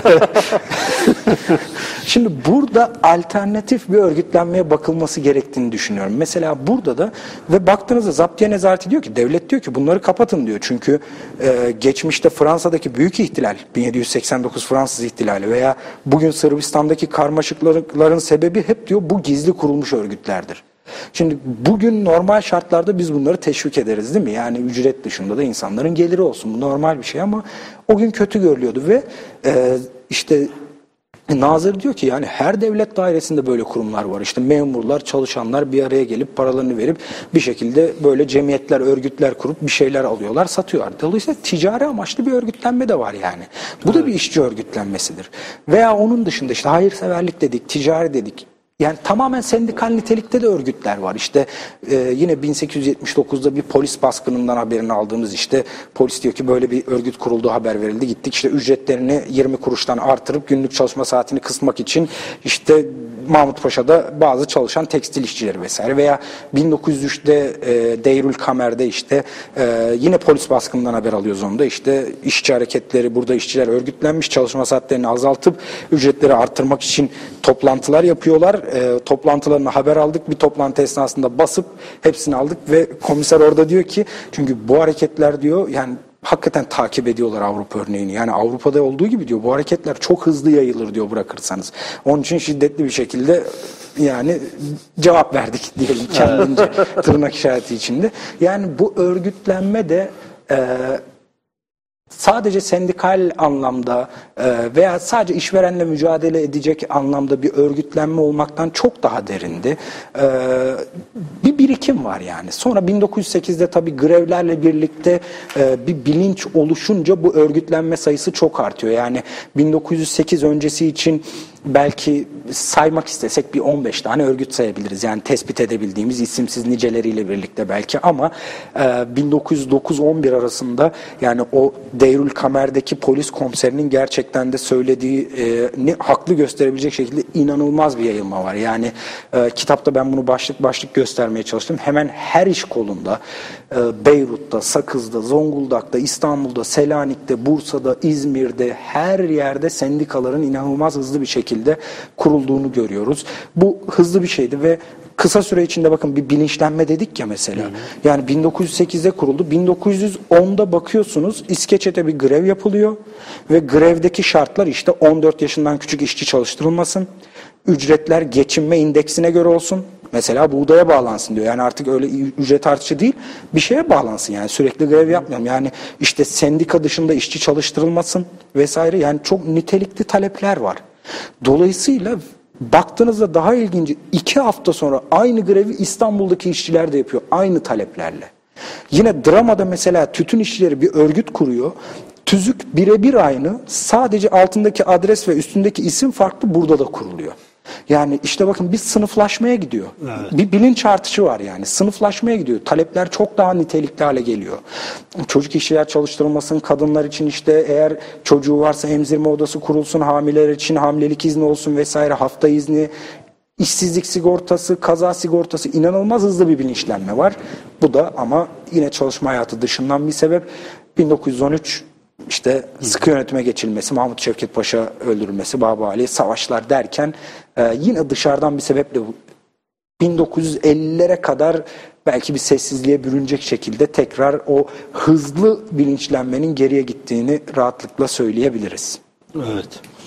Şimdi burada alternatif bir örgütlenmeye bakılması gerektiğini düşünüyorum. Mesela burada da ve baktığınızda Zaptiye Nezareti diyor ki, devlet diyor ki bunları kapatın diyor. Çünkü e, geçmişte Fransa'daki büyük ihtilal, bin yedi yüz seksen dokuz Fransız ihtilali veya bugün Sırbistan'daki karmaşıklıkların sebebi hep diyor bu gizli kurulmuş örgütlerdir. Şimdi bugün normal şartlarda biz bunları teşvik ederiz değil mi? Yani ücret dışında da insanların geliri olsun. Bu normal bir şey ama o gün kötü görülüyordu ve e, işte Nazır diyor ki yani her devlet dairesinde böyle kurumlar var. İşte memurlar, çalışanlar bir araya gelip paralarını verip bir şekilde böyle cemiyetler, örgütler kurup bir şeyler alıyorlar, satıyorlar. Dolayısıyla ticari amaçlı bir örgütlenme de var yani. Bu da bir işçi örgütlenmesidir. Veya onun dışında işte hayırseverlik dedik, ticari dedik. Yani tamamen sendikal nitelikte de örgütler var. İşte e, yine bin sekiz yüz yetmiş dokuzda bir polis baskınından haberini aldığımız işte polis diyor ki böyle bir örgüt kurulduğu haber verildi. Gittik işte ücretlerini yirmi kuruştan artırıp günlük çalışma saatini kısmak için işte Mahmut Paşa'da bazı çalışan tekstil işçileri vesaire veya bin dokuz yüz üçte e, Deyrül Kamer'de işte e, yine polis baskınından haber alıyoruz onda. İşte işçi hareketleri, burada işçiler örgütlenmiş, çalışma saatlerini azaltıp ücretleri artırmak için toplantılar yapıyorlar. E, toplantılarına haber aldık. Bir toplantı esnasında basıp hepsini aldık ve komiser orada diyor ki çünkü bu hareketler diyor yani hakikaten takip ediyorlar Avrupa örneğini. Yani Avrupa'da olduğu gibi diyor bu hareketler çok hızlı yayılır diyor bırakırsanız. Onun için şiddetli bir şekilde yani cevap verdik diyelim kendince tırnak işareti içinde. Yani bu örgütlenme de e, sadece sendikal anlamda veya sadece işverenle mücadele edecek anlamda bir örgütlenme olmaktan çok daha derindi. Bir birikim var yani. Sonra bin dokuz yüz sekizde tabii grevlerle birlikte bir bilinç oluşunca bu örgütlenme sayısı çok artıyor. Yani bin dokuz yüz sekiz öncesi için belki saymak istesek bir on beş tane örgüt sayabiliriz. Yani tespit edebildiğimiz isimsiz niceleriyle birlikte belki ama bin dokuz yüz dokuz on bir arasında yani o Deyrül Kamer'deki polis komiserinin gerçekten de söylediğini haklı gösterebilecek şekilde inanılmaz bir yayılma var. Yani e, kitapta ben bunu başlık başlık göstermeye çalıştım. Hemen her iş kolunda e, Beyrut'ta, Sakız'da, Zonguldak'ta, İstanbul'da, Selanik'te, Bursa'da, İzmir'de her yerde sendikaların inanılmaz hızlı bir şekilde kurulduğunu görüyoruz. Bu hızlı bir şeydi ve kısa süre içinde bakın bir bilinçlenme dedik ya mesela. Hı hı. Yani bin dokuz yüz sekizde kuruldu. bin dokuz yüz onda bakıyorsunuz İskeçe'de bir grev yapılıyor ve grevdeki şartlar işte on dört yaşından küçük işçi çalıştırılmasın. Ücretler geçinme indeksine göre olsun. Mesela buğdaya bağlansın diyor. Yani artık öyle ücret artışı değil, bir şeye bağlansın yani. Sürekli grev yapmayalım. Yani işte sendika dışında işçi çalıştırılmasın vesaire. Yani çok nitelikli talepler var. Dolayısıyla baktığınızda daha ilginci iki hafta sonra aynı grevi İstanbul'daki işçiler de yapıyor. Aynı taleplerle. Yine Drama'da mesela tütün işçileri bir örgüt kuruyor. Tüzük birebir aynı. Sadece altındaki adres ve üstündeki isim farklı, burada da kuruluyor. Yani işte bakın bir sınıflaşmaya gidiyor. Evet. Bir bilinç artışı var yani. Sınıflaşmaya gidiyor. Talepler çok daha nitelikli hale geliyor. Çocuk işçiler çalıştırılmasın, kadınlar için işte eğer çocuğu varsa emzirme odası kurulsun, hamileler için hamilelik izni olsun vesaire, hafta izni, işsizlik sigortası, kaza sigortası, inanılmaz hızlı bir bilinçlenme var. Bu da ama yine çalışma hayatı dışından bir sebep. bin dokuz yüz on üç İşte sıkı yönetime geçilmesi, Mahmut Şevket Paşa öldürülmesi, Baba Ali, savaşlar derken e, yine dışarıdan bir sebeple bin dokuz yüz ellilere kadar belki bir sessizliğe bürünecek şekilde tekrar o hızlı bilinçlenmenin geriye gittiğini rahatlıkla söyleyebiliriz. Evet.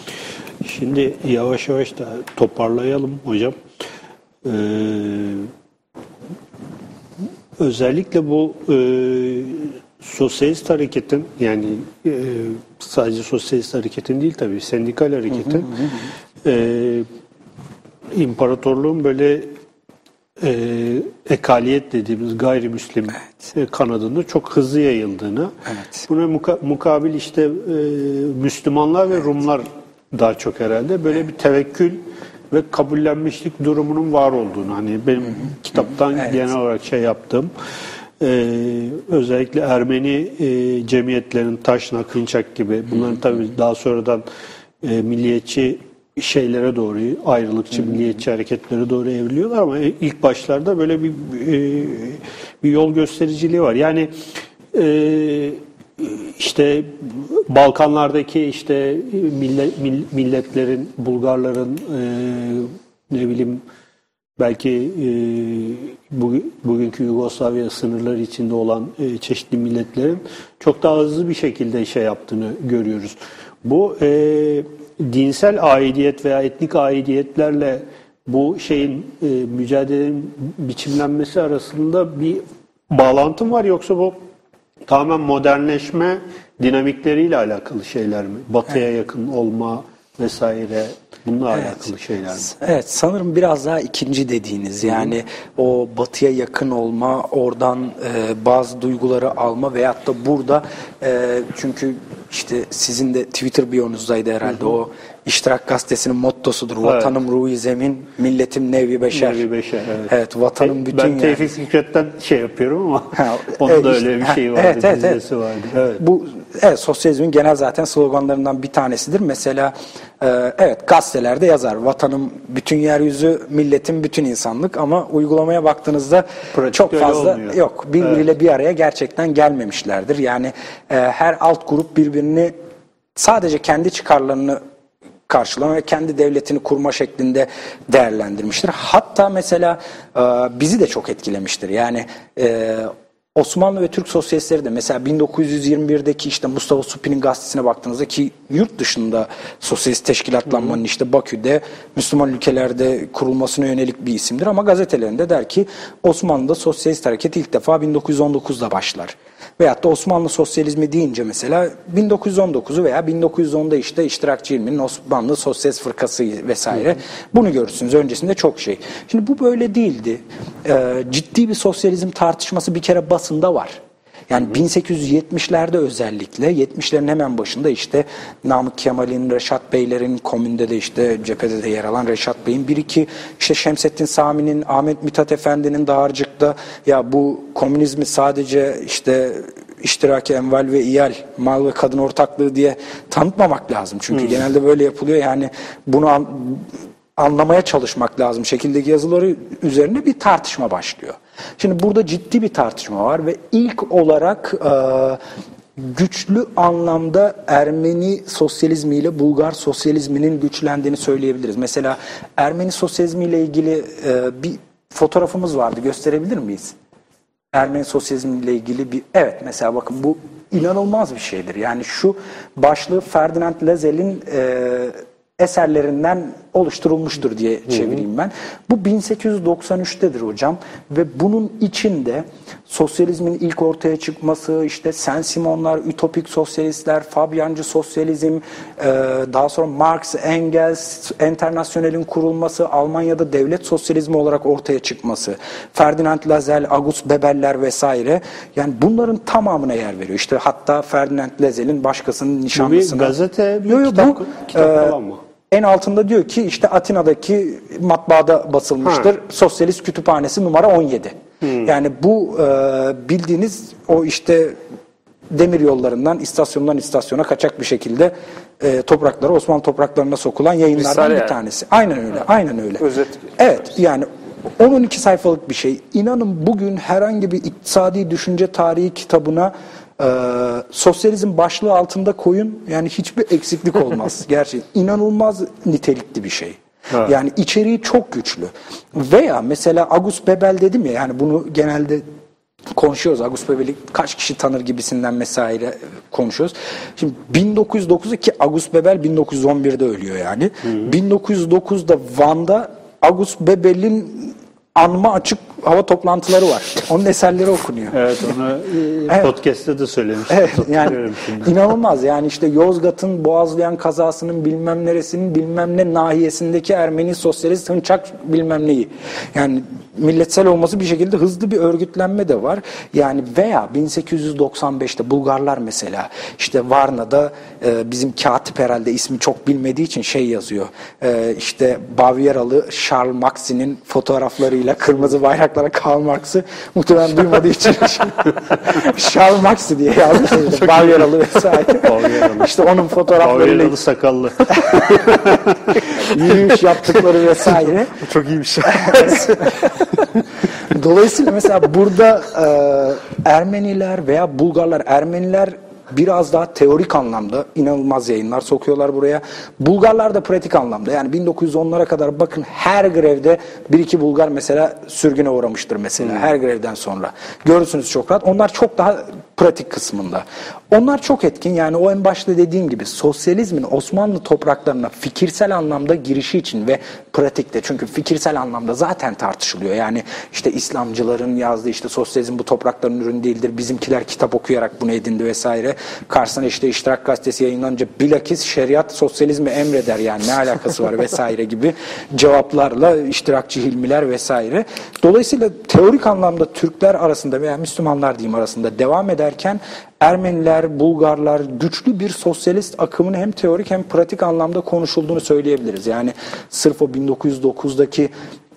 Şimdi yavaş yavaş da toparlayalım hocam. Ee, özellikle bu e, sosyalist hareketin yani e, sadece sosyalist hareketin değil tabii sendikal hareketin hı hı hı. E, imparatorluğun böyle e, ekaliyet dediğimiz gayrimüslim evet. kanadında çok hızlı yayıldığını evet. buna muka, mukabil işte e, Müslümanlar ve evet. Rumlar daha çok herhalde böyle evet. bir tevekkül ve kabullenmişlik durumunun var olduğunu hani benim hı hı. kitaptan evet. genel olarak şey yaptığım Ee, özellikle Ermeni e, cemiyetlerin Taşna, Kınçak gibi bunların tabii daha sonradan e, milliyetçi şeylere doğru, ayrılıkçı, milliyetçi hareketlere doğru evriliyorlar ama ilk başlarda böyle bir bir yol göstericiliği var. Yani işte Balkanlardaki işte millet, milletlerin, Bulgarların, ne bileyim belki bugünkü Yugoslavya sınırları içinde olan çeşitli milletlerin çok daha hızlı bir şekilde şey yaptığını görüyoruz. Bu e, dinsel aidiyet veya etnik aidiyetlerle bu şeyin e, mücadelenin biçimlenmesi arasında bir bağlantı mı var, yoksa bu tamamen modernleşme dinamikleriyle alakalı şeyler mi? Batıya evet. yakın olma vesaire, bununla evet. alakalı şeyler mi? Evet, sanırım biraz daha ikinci dediğiniz, yani Hı. o batıya yakın olma, oradan e, bazı duyguları alma veyahut da burada e, çünkü işte sizin de Twitter biyonuzdaydı herhalde Hı. o İştirak Gazetesi'nin mottosudur. Evet. Vatanım ruh-i zemin, milletim nevi beşer. Nevi beşer, evet. Evet, vatanın bütün... Ben yani. Tevfik Fikret'ten şey yapıyorum ama ha, onun evet, da öyle bir şey vardı, evet, evet, evet. vardı. Evet. Bu evet, sosyalizmin genel zaten sloganlarından bir tanesidir. Mesela e, evet, gazetelerde yazar. Vatanım bütün yeryüzü, milletim bütün insanlık, ama uygulamaya baktığınızda pratik çok fazla olmuyor. Yok. Birbiriyle evet. bir araya gerçekten gelmemişlerdir. Yani e, her alt grup birbirini sadece kendi çıkarlarını karşılama ve kendi devletini kurma şeklinde değerlendirmiştir. Hatta mesela e, bizi de çok etkilemiştir. Yani e, Osmanlı ve Türk sosyalistleri de mesela bin dokuz yüz yirmi birdeki işte Mustafa Suppi'nin gazetesine baktığınızda, ki yurt dışında sosyalist teşkilatlanmanın işte Bakü'de, Müslüman ülkelerde kurulmasına yönelik bir isimdir, ama gazetelerinde der ki Osmanlı'da sosyalist hareket ilk defa bin dokuz yüz on dokuzda başlar. Veyahut da Osmanlı sosyalizmi deyince mesela bin dokuz yüz on dokuzu veya bin dokuz yüz onda işte İştirakçı İlmi'nin Osmanlı Sosyalist Fırkası vesaire, hı hı. bunu görürsünüz. Öncesinde çok şey. Şimdi bu böyle değildi. Ee, ciddi bir sosyalizm tartışması bir kere basında var. Yani hı hı. bin sekiz yüz yetmişlerde özellikle, yetmişlerin hemen başında işte Namık Kemal'in, Reşat Beylerin, Komün'de de işte cephede de yer alan Reşat Bey'in, bir iki işte Şemsettin Sami'nin, Ahmet Mithat Efendi'nin dağarcıkta ya bu komünizmi sadece işte iştiraki enval ve iyal, mal ve kadın ortaklığı diye tanıtmamak lazım. Çünkü hmm. genelde böyle yapılıyor. Yani bunu an, anlamaya çalışmak lazım şekildeki yazıları üzerine bir tartışma başlıyor. Şimdi burada ciddi bir tartışma var ve ilk olarak e, güçlü anlamda Ermeni sosyalizmiyle Bulgar sosyalizminin güçlendiğini söyleyebiliriz. Mesela Ermeni sosyalizmiyle ilgili e, bir fotoğrafımız vardı. Gösterebilir miyiz? Ermeni sosyalizmiyle ilgili bir... Evet, mesela bakın, bu inanılmaz bir şeydir. Yani şu başlığı Ferdinand Lassel'in e, eserlerinden oluşturulmuştur diye çevireyim ben. Bu bin sekiz yüz doksan üçtedir hocam ve bunun içinde sosyalizmin ilk ortaya çıkması, işte Saint-Simonlar, ütopik sosyalistler, Fabiancı sosyalizm, daha sonra Marx, Engels, Enternasyonel'in kurulması, Almanya'da devlet sosyalizmi olarak ortaya çıkması, Ferdinand Lassalle, August Bebel'ler vesaire, yani bunların tamamına yer veriyor. İşte hatta Ferdinand Lassel'in başkasının nişanlısına... Bu bir gazete, bir yo, yo, kitap, bu, kitap falan mı? En altında diyor ki işte Atina'daki matbaada basılmıştır. Ha. Sosyalist Kütüphanesi numara on yedi. Hmm. Yani bu e, bildiğiniz o işte demir yollarından istasyondan istasyona kaçak bir şekilde e, topraklara, Osmanlı topraklarına sokulan yayınlardan Misal bir yani. tanesi. Aynen öyle. Ha. Aynen öyle. Özet. Evet, yani on on iki sayfalık bir şey. İnanın bugün herhangi bir iktisadi düşünce tarihi kitabına Ee, sosyalizm başlığı altında koyun, yani hiçbir eksiklik olmaz. Gerçekten inanılmaz nitelikli bir şey. Evet. Yani içeriği çok güçlü. Veya mesela August Bebel dedim ya, yani bunu genelde konuşuyoruz. August Bebel'i kaç kişi tanır gibisinden vesaire konuşuyoruz. Şimdi bin dokuz yüz dokuzda, ki August Bebel bin dokuz yüz on birde ölüyor yani. Hı. bin dokuz yüz dokuzda Van'da August Bebel'in anma açık hava toplantıları var. Onun eserleri okunuyor. Evet, onu evet. podcast'te de söylemiştim. Evet, yani inanılmaz. Yani işte Yozgat'ın Boğazlayan kazasının bilmem neresinin bilmem ne nahiyesindeki Ermeni sosyalist hınçak bilmem neyi. Yani milletsel olması bir şekilde hızlı bir örgütlenme de var. Yani veya bin sekiz yüz doksan beşte Bulgarlar mesela işte Varna'da e, bizim katip herhalde ismi çok bilmediği için şey yazıyor. E, işte Bavyeralı Charles Maxi'nin fotoğraflarıyla kırmızı bayrak ayaklara Karl Marx'ı muhtemelen duymadığı için Karl Marx diye yazmış. İşte Bavyeralı vesaire. Bavyeralı. İşte onun fotoğraflarıyla Bavyeralı sakallı. yürüyüş yaptıkları vesaire. Çok iyiymiş. Dolayısıyla mesela burada e, Ermeniler veya Bulgarlar, Ermeniler biraz daha teorik anlamda inanılmaz yayınlar sokuyorlar buraya. Bulgarlar da pratik anlamda. Yani bin dokuz yüz onlara kadar bakın her grevde bir iki Bulgar mesela sürgüne uğramıştır mesela. Hmm. Her grevden sonra. Görürsünüz çok rahat. Onlar çok daha pratik kısmında. Onlar çok etkin. Yani o en başta dediğim gibi sosyalizmin Osmanlı topraklarına fikirsel anlamda girişi için ve pratikte, çünkü fikirsel anlamda zaten tartışılıyor. Yani işte İslamcıların yazdığı işte sosyalizm bu toprakların ürünü değildir. Bizimkiler kitap okuyarak bunu edindi vesaire. Karşısına işte İştirak Gazetesi yayınlanınca bilakis şeriat sosyalizmi emreder, yani ne alakası var vesaire gibi cevaplarla iştirakçı Hilmiler vesaire. Dolayısıyla teorik anlamda Türkler arasında veya Müslümanlar diyeyim arasında devam ederken Ermeniler, Bulgarlar güçlü bir sosyalist akımın hem teorik hem pratik anlamda konuşulduğunu söyleyebiliriz. Yani sırf o bin dokuz yüz dokuzdaki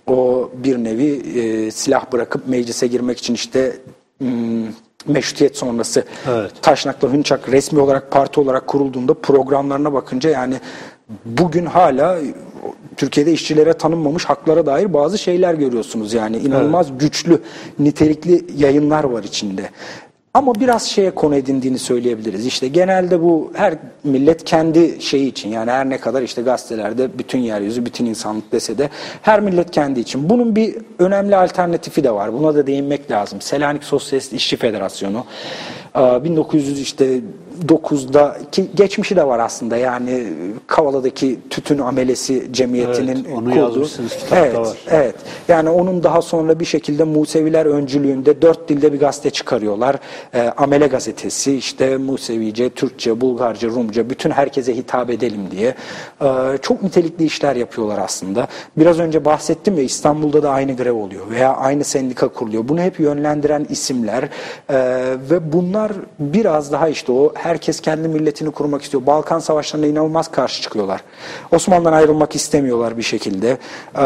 o bir nevi e, silah bırakıp meclise girmek için işte m, meşrutiyet sonrası evet. Taşnaklı Hınçak resmi olarak parti olarak kurulduğunda programlarına bakınca yani bugün hala Türkiye'de işçilere tanınmamış haklara dair bazı şeyler görüyorsunuz. Yani inanılmaz evet. güçlü, nitelikli yayınlar var içinde. Ama biraz şeye konu edindiğini söyleyebiliriz. İşte genelde bu her millet kendi şeyi için, yani her ne kadar işte gazetelerde bütün yeryüzü, bütün insanlık dese de her millet kendi için. Bunun bir önemli alternatifi de var. Buna da değinmek lazım. Selanik Sosyalist İşçi Federasyonu bin dokuz yüz dokuzda ki geçmişi de var aslında. Yani Kavala'daki tütün amelesi cemiyetinin evet, onu kurduğu. yazmışsınız, kitapta evet, var. Evet. Yani onun daha sonra bir şekilde Museviler öncülüğünde dört dilde bir gazete çıkarıyorlar. E, Amele gazetesi işte Musevice, Türkçe, Bulgarca, Rumca bütün herkese hitap edelim diye. E, çok nitelikli işler yapıyorlar aslında. Biraz önce bahsettim ya, İstanbul'da da aynı grev oluyor veya aynı sendika kuruluyor. Bunu hep yönlendiren isimler e, ve bunlar biraz daha işte o herkes kendi milletini kurmak istiyor. Balkan Savaşları'na inanılmaz karşı çıkıyorlar. Osmanlı'dan ayrılmak istemiyorlar bir şekilde. Ee,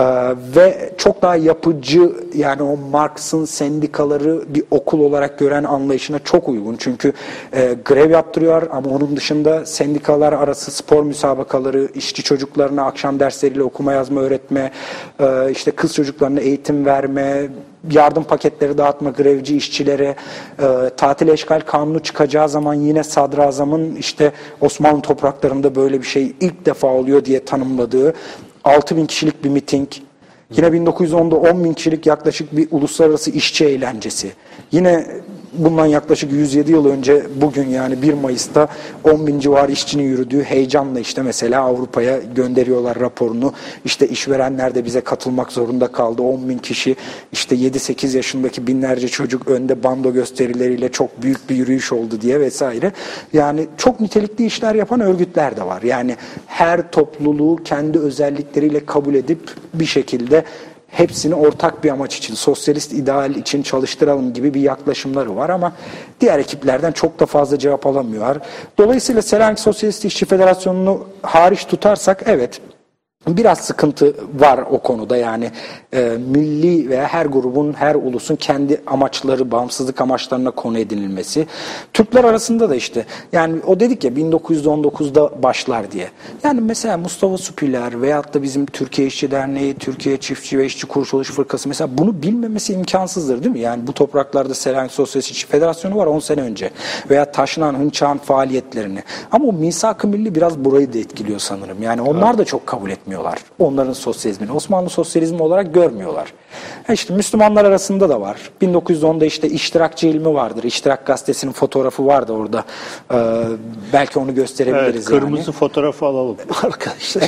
ve çok daha yapıcı, yani o Marx'ın sendikaları bir okul olarak gören anlayışına çok uygun. Çünkü e, grev yaptırıyor ama onun dışında sendikalar arası spor müsabakaları, işçi çocuklarına akşam dersleriyle okuma yazma öğretme, e, işte kız çocuklarına eğitim verme, yardım paketleri dağıtma grevci işçilere, e, tatil eşgal kanunu çıkacağı zaman yine sadrazamın işte Osmanlı topraklarında böyle bir şey ilk defa oluyor diye tanımladığı altı bin kişilik bir miting. Yine bin dokuz yüz onda on bin kişilik yaklaşık bir uluslararası işçi eğlencesi. Yine bundan yaklaşık yüz yedi yıl önce bugün yani bir Mayıs'ta on bin civarı işçinin yürüdüğü heyecanla işte mesela Avrupa'ya gönderiyorlar raporunu. İşte işverenler de bize katılmak zorunda kaldı. on bin kişi, işte yedi sekiz yaşındaki binlerce çocuk önde bando gösterileriyle çok büyük bir yürüyüş oldu diye vesaire. Yani çok nitelikli işler yapan örgütler de var. Yani her topluluğu kendi özellikleriyle kabul edip bir şekilde hepsini ortak bir amaç için, sosyalist ideal için çalıştıralım gibi bir yaklaşımları var ama diğer ekiplerden çok da fazla cevap alamıyorlar. Dolayısıyla Selanik Sosyalist İşçi Federasyonu'nu hariç tutarsak evet biraz sıkıntı var o konuda. Yani e, milli veya her grubun, her ulusun kendi amaçları, bağımsızlık amaçlarına konu edinilmesi. Türkler arasında da işte yani o dedik ya bin dokuz yüz on dokuzda başlar diye. Yani mesela Mustafa Süpiler veyahut da bizim Türkiye İşçi Derneği, Türkiye Çiftçi ve İşçi Kurtuluş Fırkası mesela bunu bilmemesi imkansızdır değil mi? Yani bu topraklarda Selanik Sosyalist İşçi Federasyonu var on sene önce. Veya Taşnan, Hınçak'ın faaliyetlerini. Ama o misak-ı milli biraz burayı da etkiliyor sanırım. Yani onlar evet. da çok kabul etmiyor. Onların sosyalizmini Osmanlı sosyalizmi olarak görmüyorlar. İşte Müslümanlar arasında da var. bin dokuz yüz onda işte iştirakçı ilmi vardır. İştirak gazetesinin fotoğrafı vardı orada. Ee, belki onu gösterebiliriz. Evet, kırmızı yani. fotoğrafı alalım arkadaşlar.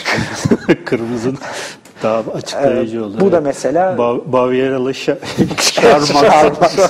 Kırmızı daha açıklayıcı ee, oldu. Bu evet. da mesela ba Bavyeralı Karl Marx.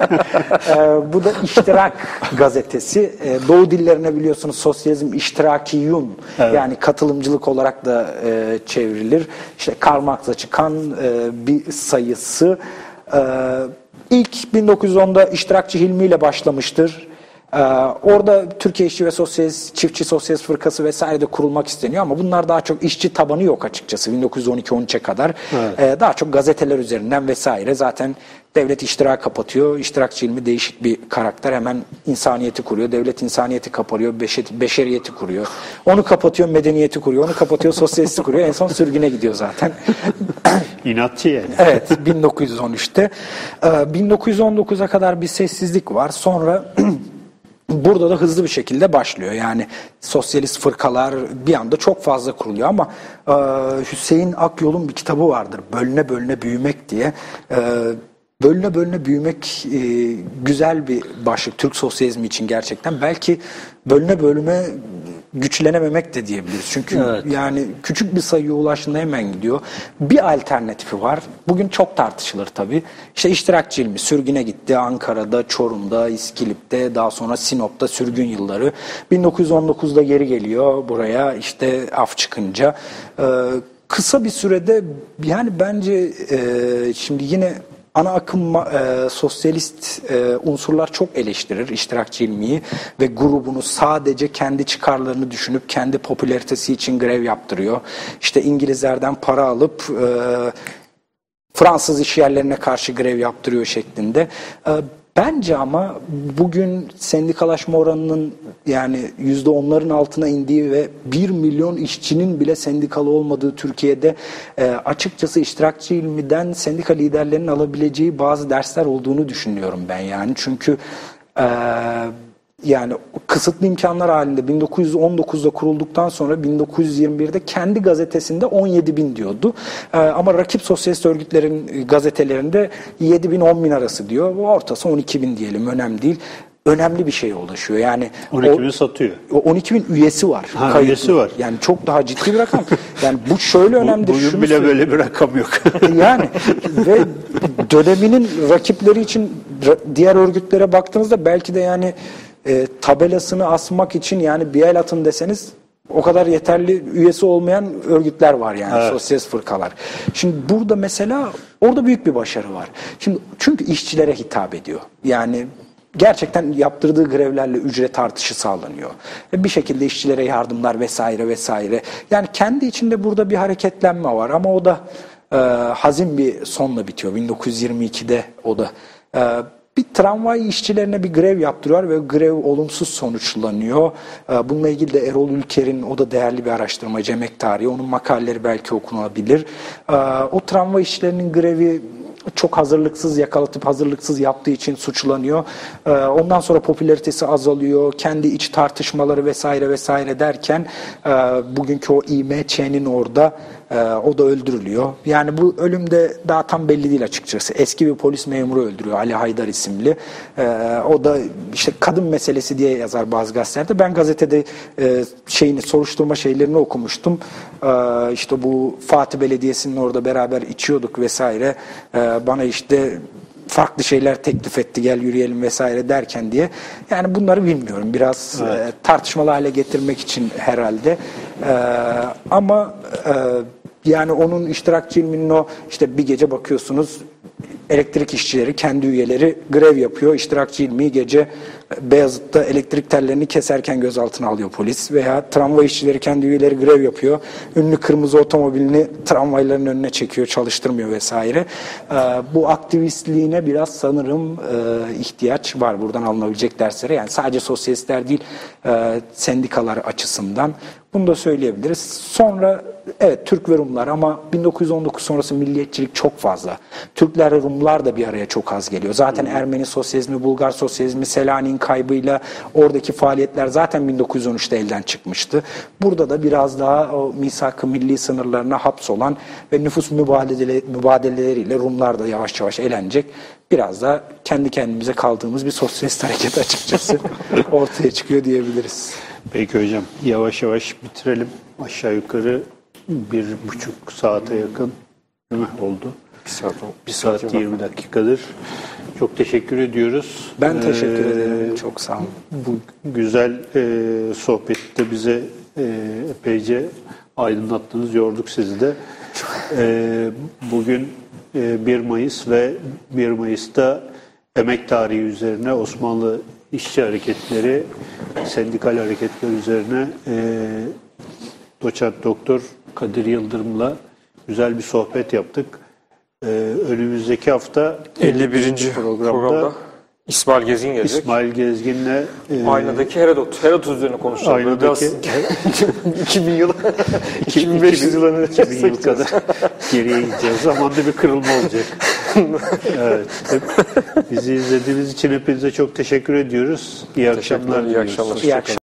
ee, bu da İştirak gazetesi. Ee, Doğu dillerine biliyorsunuz sosyalizm iştirakiyun evet. yani katılımcılık olarak da e, çevrilir. İşte Karl Marx'a çıkan e, bir sayısı. E, ilk bin dokuz yüz onda iştirakçı Hilmi ile başlamıştır. Ee, orada Türkiye İşçi ve Sosyalist, Çiftçi Sosyalist Fırkası vesaire de kurulmak isteniyor ama bunlar daha çok işçi tabanı yok açıkçası bin dokuz yüz on iki on üçe kadar. Evet. Ee, daha çok gazeteler üzerinden vesaire. Zaten devlet iştirak kapatıyor. İştirakçı ilmi değişik bir karakter. Hemen insaniyeti kuruyor. Devlet insaniyeti kapatıyor. Beşer, beşeriyeti kuruyor. Onu kapatıyor, medeniyeti kuruyor. Onu kapatıyor, sosyalisti kuruyor. En son sürgüne gidiyor zaten. İnatçı yani. Evet, bin dokuz yüz on üçte. Ee, bin dokuz yüz on dokuza kadar bir sessizlik var. Sonra burada da hızlı bir şekilde başlıyor. Yani sosyalist fırkalar bir anda çok fazla kuruluyor ama e, Hüseyin Akyol'un bir kitabı vardır. Bölüne bölüne büyümek diye. E, bölüne bölüne büyümek e, güzel bir başlık Türk sosyalizmi için gerçekten. Belki bölüne bölüme güçlenememek de diyebiliriz. Çünkü evet. yani küçük bir sayıya ulaştığında hemen gidiyor. Bir alternatifi var. Bugün çok tartışılır tabii. İşte iştirakçı ilmi sürgüne gitti. Ankara'da, Çorum'da, İskilip'te, daha sonra Sinop'ta sürgün yılları. bin dokuz yüz on dokuzda geri geliyor buraya işte af çıkınca. Ee, kısa bir sürede yani bence e, şimdi yine ana akım e, sosyalist e, unsurlar çok eleştirir iştirakçı ilmiyi ve grubunu sadece kendi çıkarlarını düşünüp kendi popülaritesi için grev yaptırıyor. İşte İngilizlerden para alıp e, Fransız işyerlerine karşı grev yaptırıyor şeklinde. E, bence ama bugün sendikalaşma oranının yani yüzde onların altına indiği ve bir milyon işçinin bile sendikalı olmadığı Türkiye'de e, açıkçası iştirakçı ilmiden sendika liderlerinin alabileceği bazı dersler olduğunu düşünüyorum ben yani. Çünkü e, yani kısıtlı imkanlar halinde bin dokuz yüz on dokuzda kurulduktan sonra bin dokuz yüz yirmi birde kendi gazetesinde on yedi bin diyordu. Ee, ama rakip sosyalist örgütlerin gazetelerinde yedi bin on bin arası diyor. Ortası on iki bin diyelim, önemli değil. Önemli bir şeye ulaşıyor. Yani on iki bin satıyor. on iki bin üyesi var. Ha, kayıtlı. üyesi var. Yani çok daha ciddi bir rakam. Yani bu şöyle önemlidir. Bugün Şunu bile söyleyeyim. böyle bir rakam yok. Yani ve döneminin rakipleri için diğer örgütlere baktığınızda belki de yani e, tabelasını asmak için yani bir el atın deseniz o kadar yeterli üyesi olmayan örgütler var yani evet. sosyalist fırkalar. Şimdi burada mesela orada büyük bir başarı var. Şimdi çünkü işçilere hitap ediyor. Yani gerçekten yaptırdığı grevlerle ücret artışı sağlanıyor. Bir şekilde işçilere yardımlar vesaire vesaire. Yani kendi içinde burada bir hareketlenme var ama o da e, hazin bir sonla bitiyor. bin dokuz yüz yirmi ikide o da. E, bir tramvay işçilerine bir grev yaptırıyor ve grev olumsuz sonuçlanıyor. E, bununla ilgili de Erol Ülker'in, o da değerli bir araştırmacı, emek tarihi. Onun makaleleri belki okunabilir. E, o tramvay işçilerinin grevi çok hazırlıksız yakalatıp hazırlıksız yaptığı için suçlanıyor. Ondan sonra popülaritesi azalıyor. Kendi iç tartışmaları vesaire vesaire derken bugünkü o İ M Ç'nin orada o da öldürülüyor. Yani bu ölüm de daha tam belli değil açıkçası. Eski bir polis memuru öldürüyor. Ali Haydar isimli. O da işte kadın meselesi diye yazar bazı gazetelerde. Ben gazetede şeyini soruşturma şeylerini okumuştum. İşte bu Fatih Belediyesi'nin orada beraber içiyorduk vesaire. Bana işte farklı şeyler teklif etti, gel yürüyelim vesaire derken diye. Yani bunları bilmiyorum. Biraz evet. e, tartışmalı hale getirmek için herhalde. E, ama e, yani onun iştirakçı ilminin o işte bir gece bakıyorsunuz elektrik işçileri, kendi üyeleri grev yapıyor. İştirakçı ilmi gece Beyazıt'ta elektrik tellerini keserken gözaltına alıyor polis. Veya tramvay işçileri kendi üyeleri grev yapıyor. Ünlü kırmızı otomobilini tramvayların önüne çekiyor, çalıştırmıyor vesaire. Ee, bu aktivistliğine biraz sanırım e, ihtiyaç var buradan alınabilecek derslere. Yani sadece sosyalistler değil, e, sendikalar açısından. Bunu da söyleyebiliriz. Sonra evet Türk ve Rumlar ama bin dokuz yüz on dokuz sonrası milliyetçilik çok fazla. Türkler ve Rumlar da bir araya çok az geliyor. Zaten hmm. Ermeni sosyalizmi, Bulgar sosyalizmi, Selanik'in kaybıyla oradaki faaliyetler zaten bin dokuz yüz on üçte elden çıkmıştı. Burada da biraz daha o misak-ı milli sınırlarına hapsolan ve nüfus mübadele, mübadeleleriyle Rumlar da yavaş yavaş elenecek. Biraz da kendi kendimize kaldığımız bir sosyalist hareket açıkçası ortaya çıkıyor diyebiliriz. Peki hocam, yavaş yavaş bitirelim. Aşağı yukarı bir buçuk saate yakın değil mi, oldu? Bir saat, bir saat yirmi dakikadır. Çok teşekkür ediyoruz. Ben teşekkür ee, ederim. Çok sağ olun. Bu güzel e, sohbette bize e, epeyce aydınlattınız, yorduk sizi de. E, bugün e, bir Mayıs ve bir Mayıs'ta emek tarihi üzerine Osmanlı işçi hareketleri, sendikal hareketler üzerine e, Doçent Doktor Kadir Yıldırım'la güzel bir sohbet yaptık. E, önümüzdeki hafta elli birinci programda, programda İsmail Gezgin gelecek. İsmail Gezgin'le e, Aynadaki Herodot. Herodot üzerine konuşacağız. Aynadaki iki bin yıl iki bin beş yüz yıllarını iki bin yıl kadar geriye gideceğiz. Zamanda bir kırılma olacak. Evet. Bizi izlediğiniz için hepinize çok teşekkür ediyoruz. İyi akşamlar. İyi akşamlar. İyi akşamlar.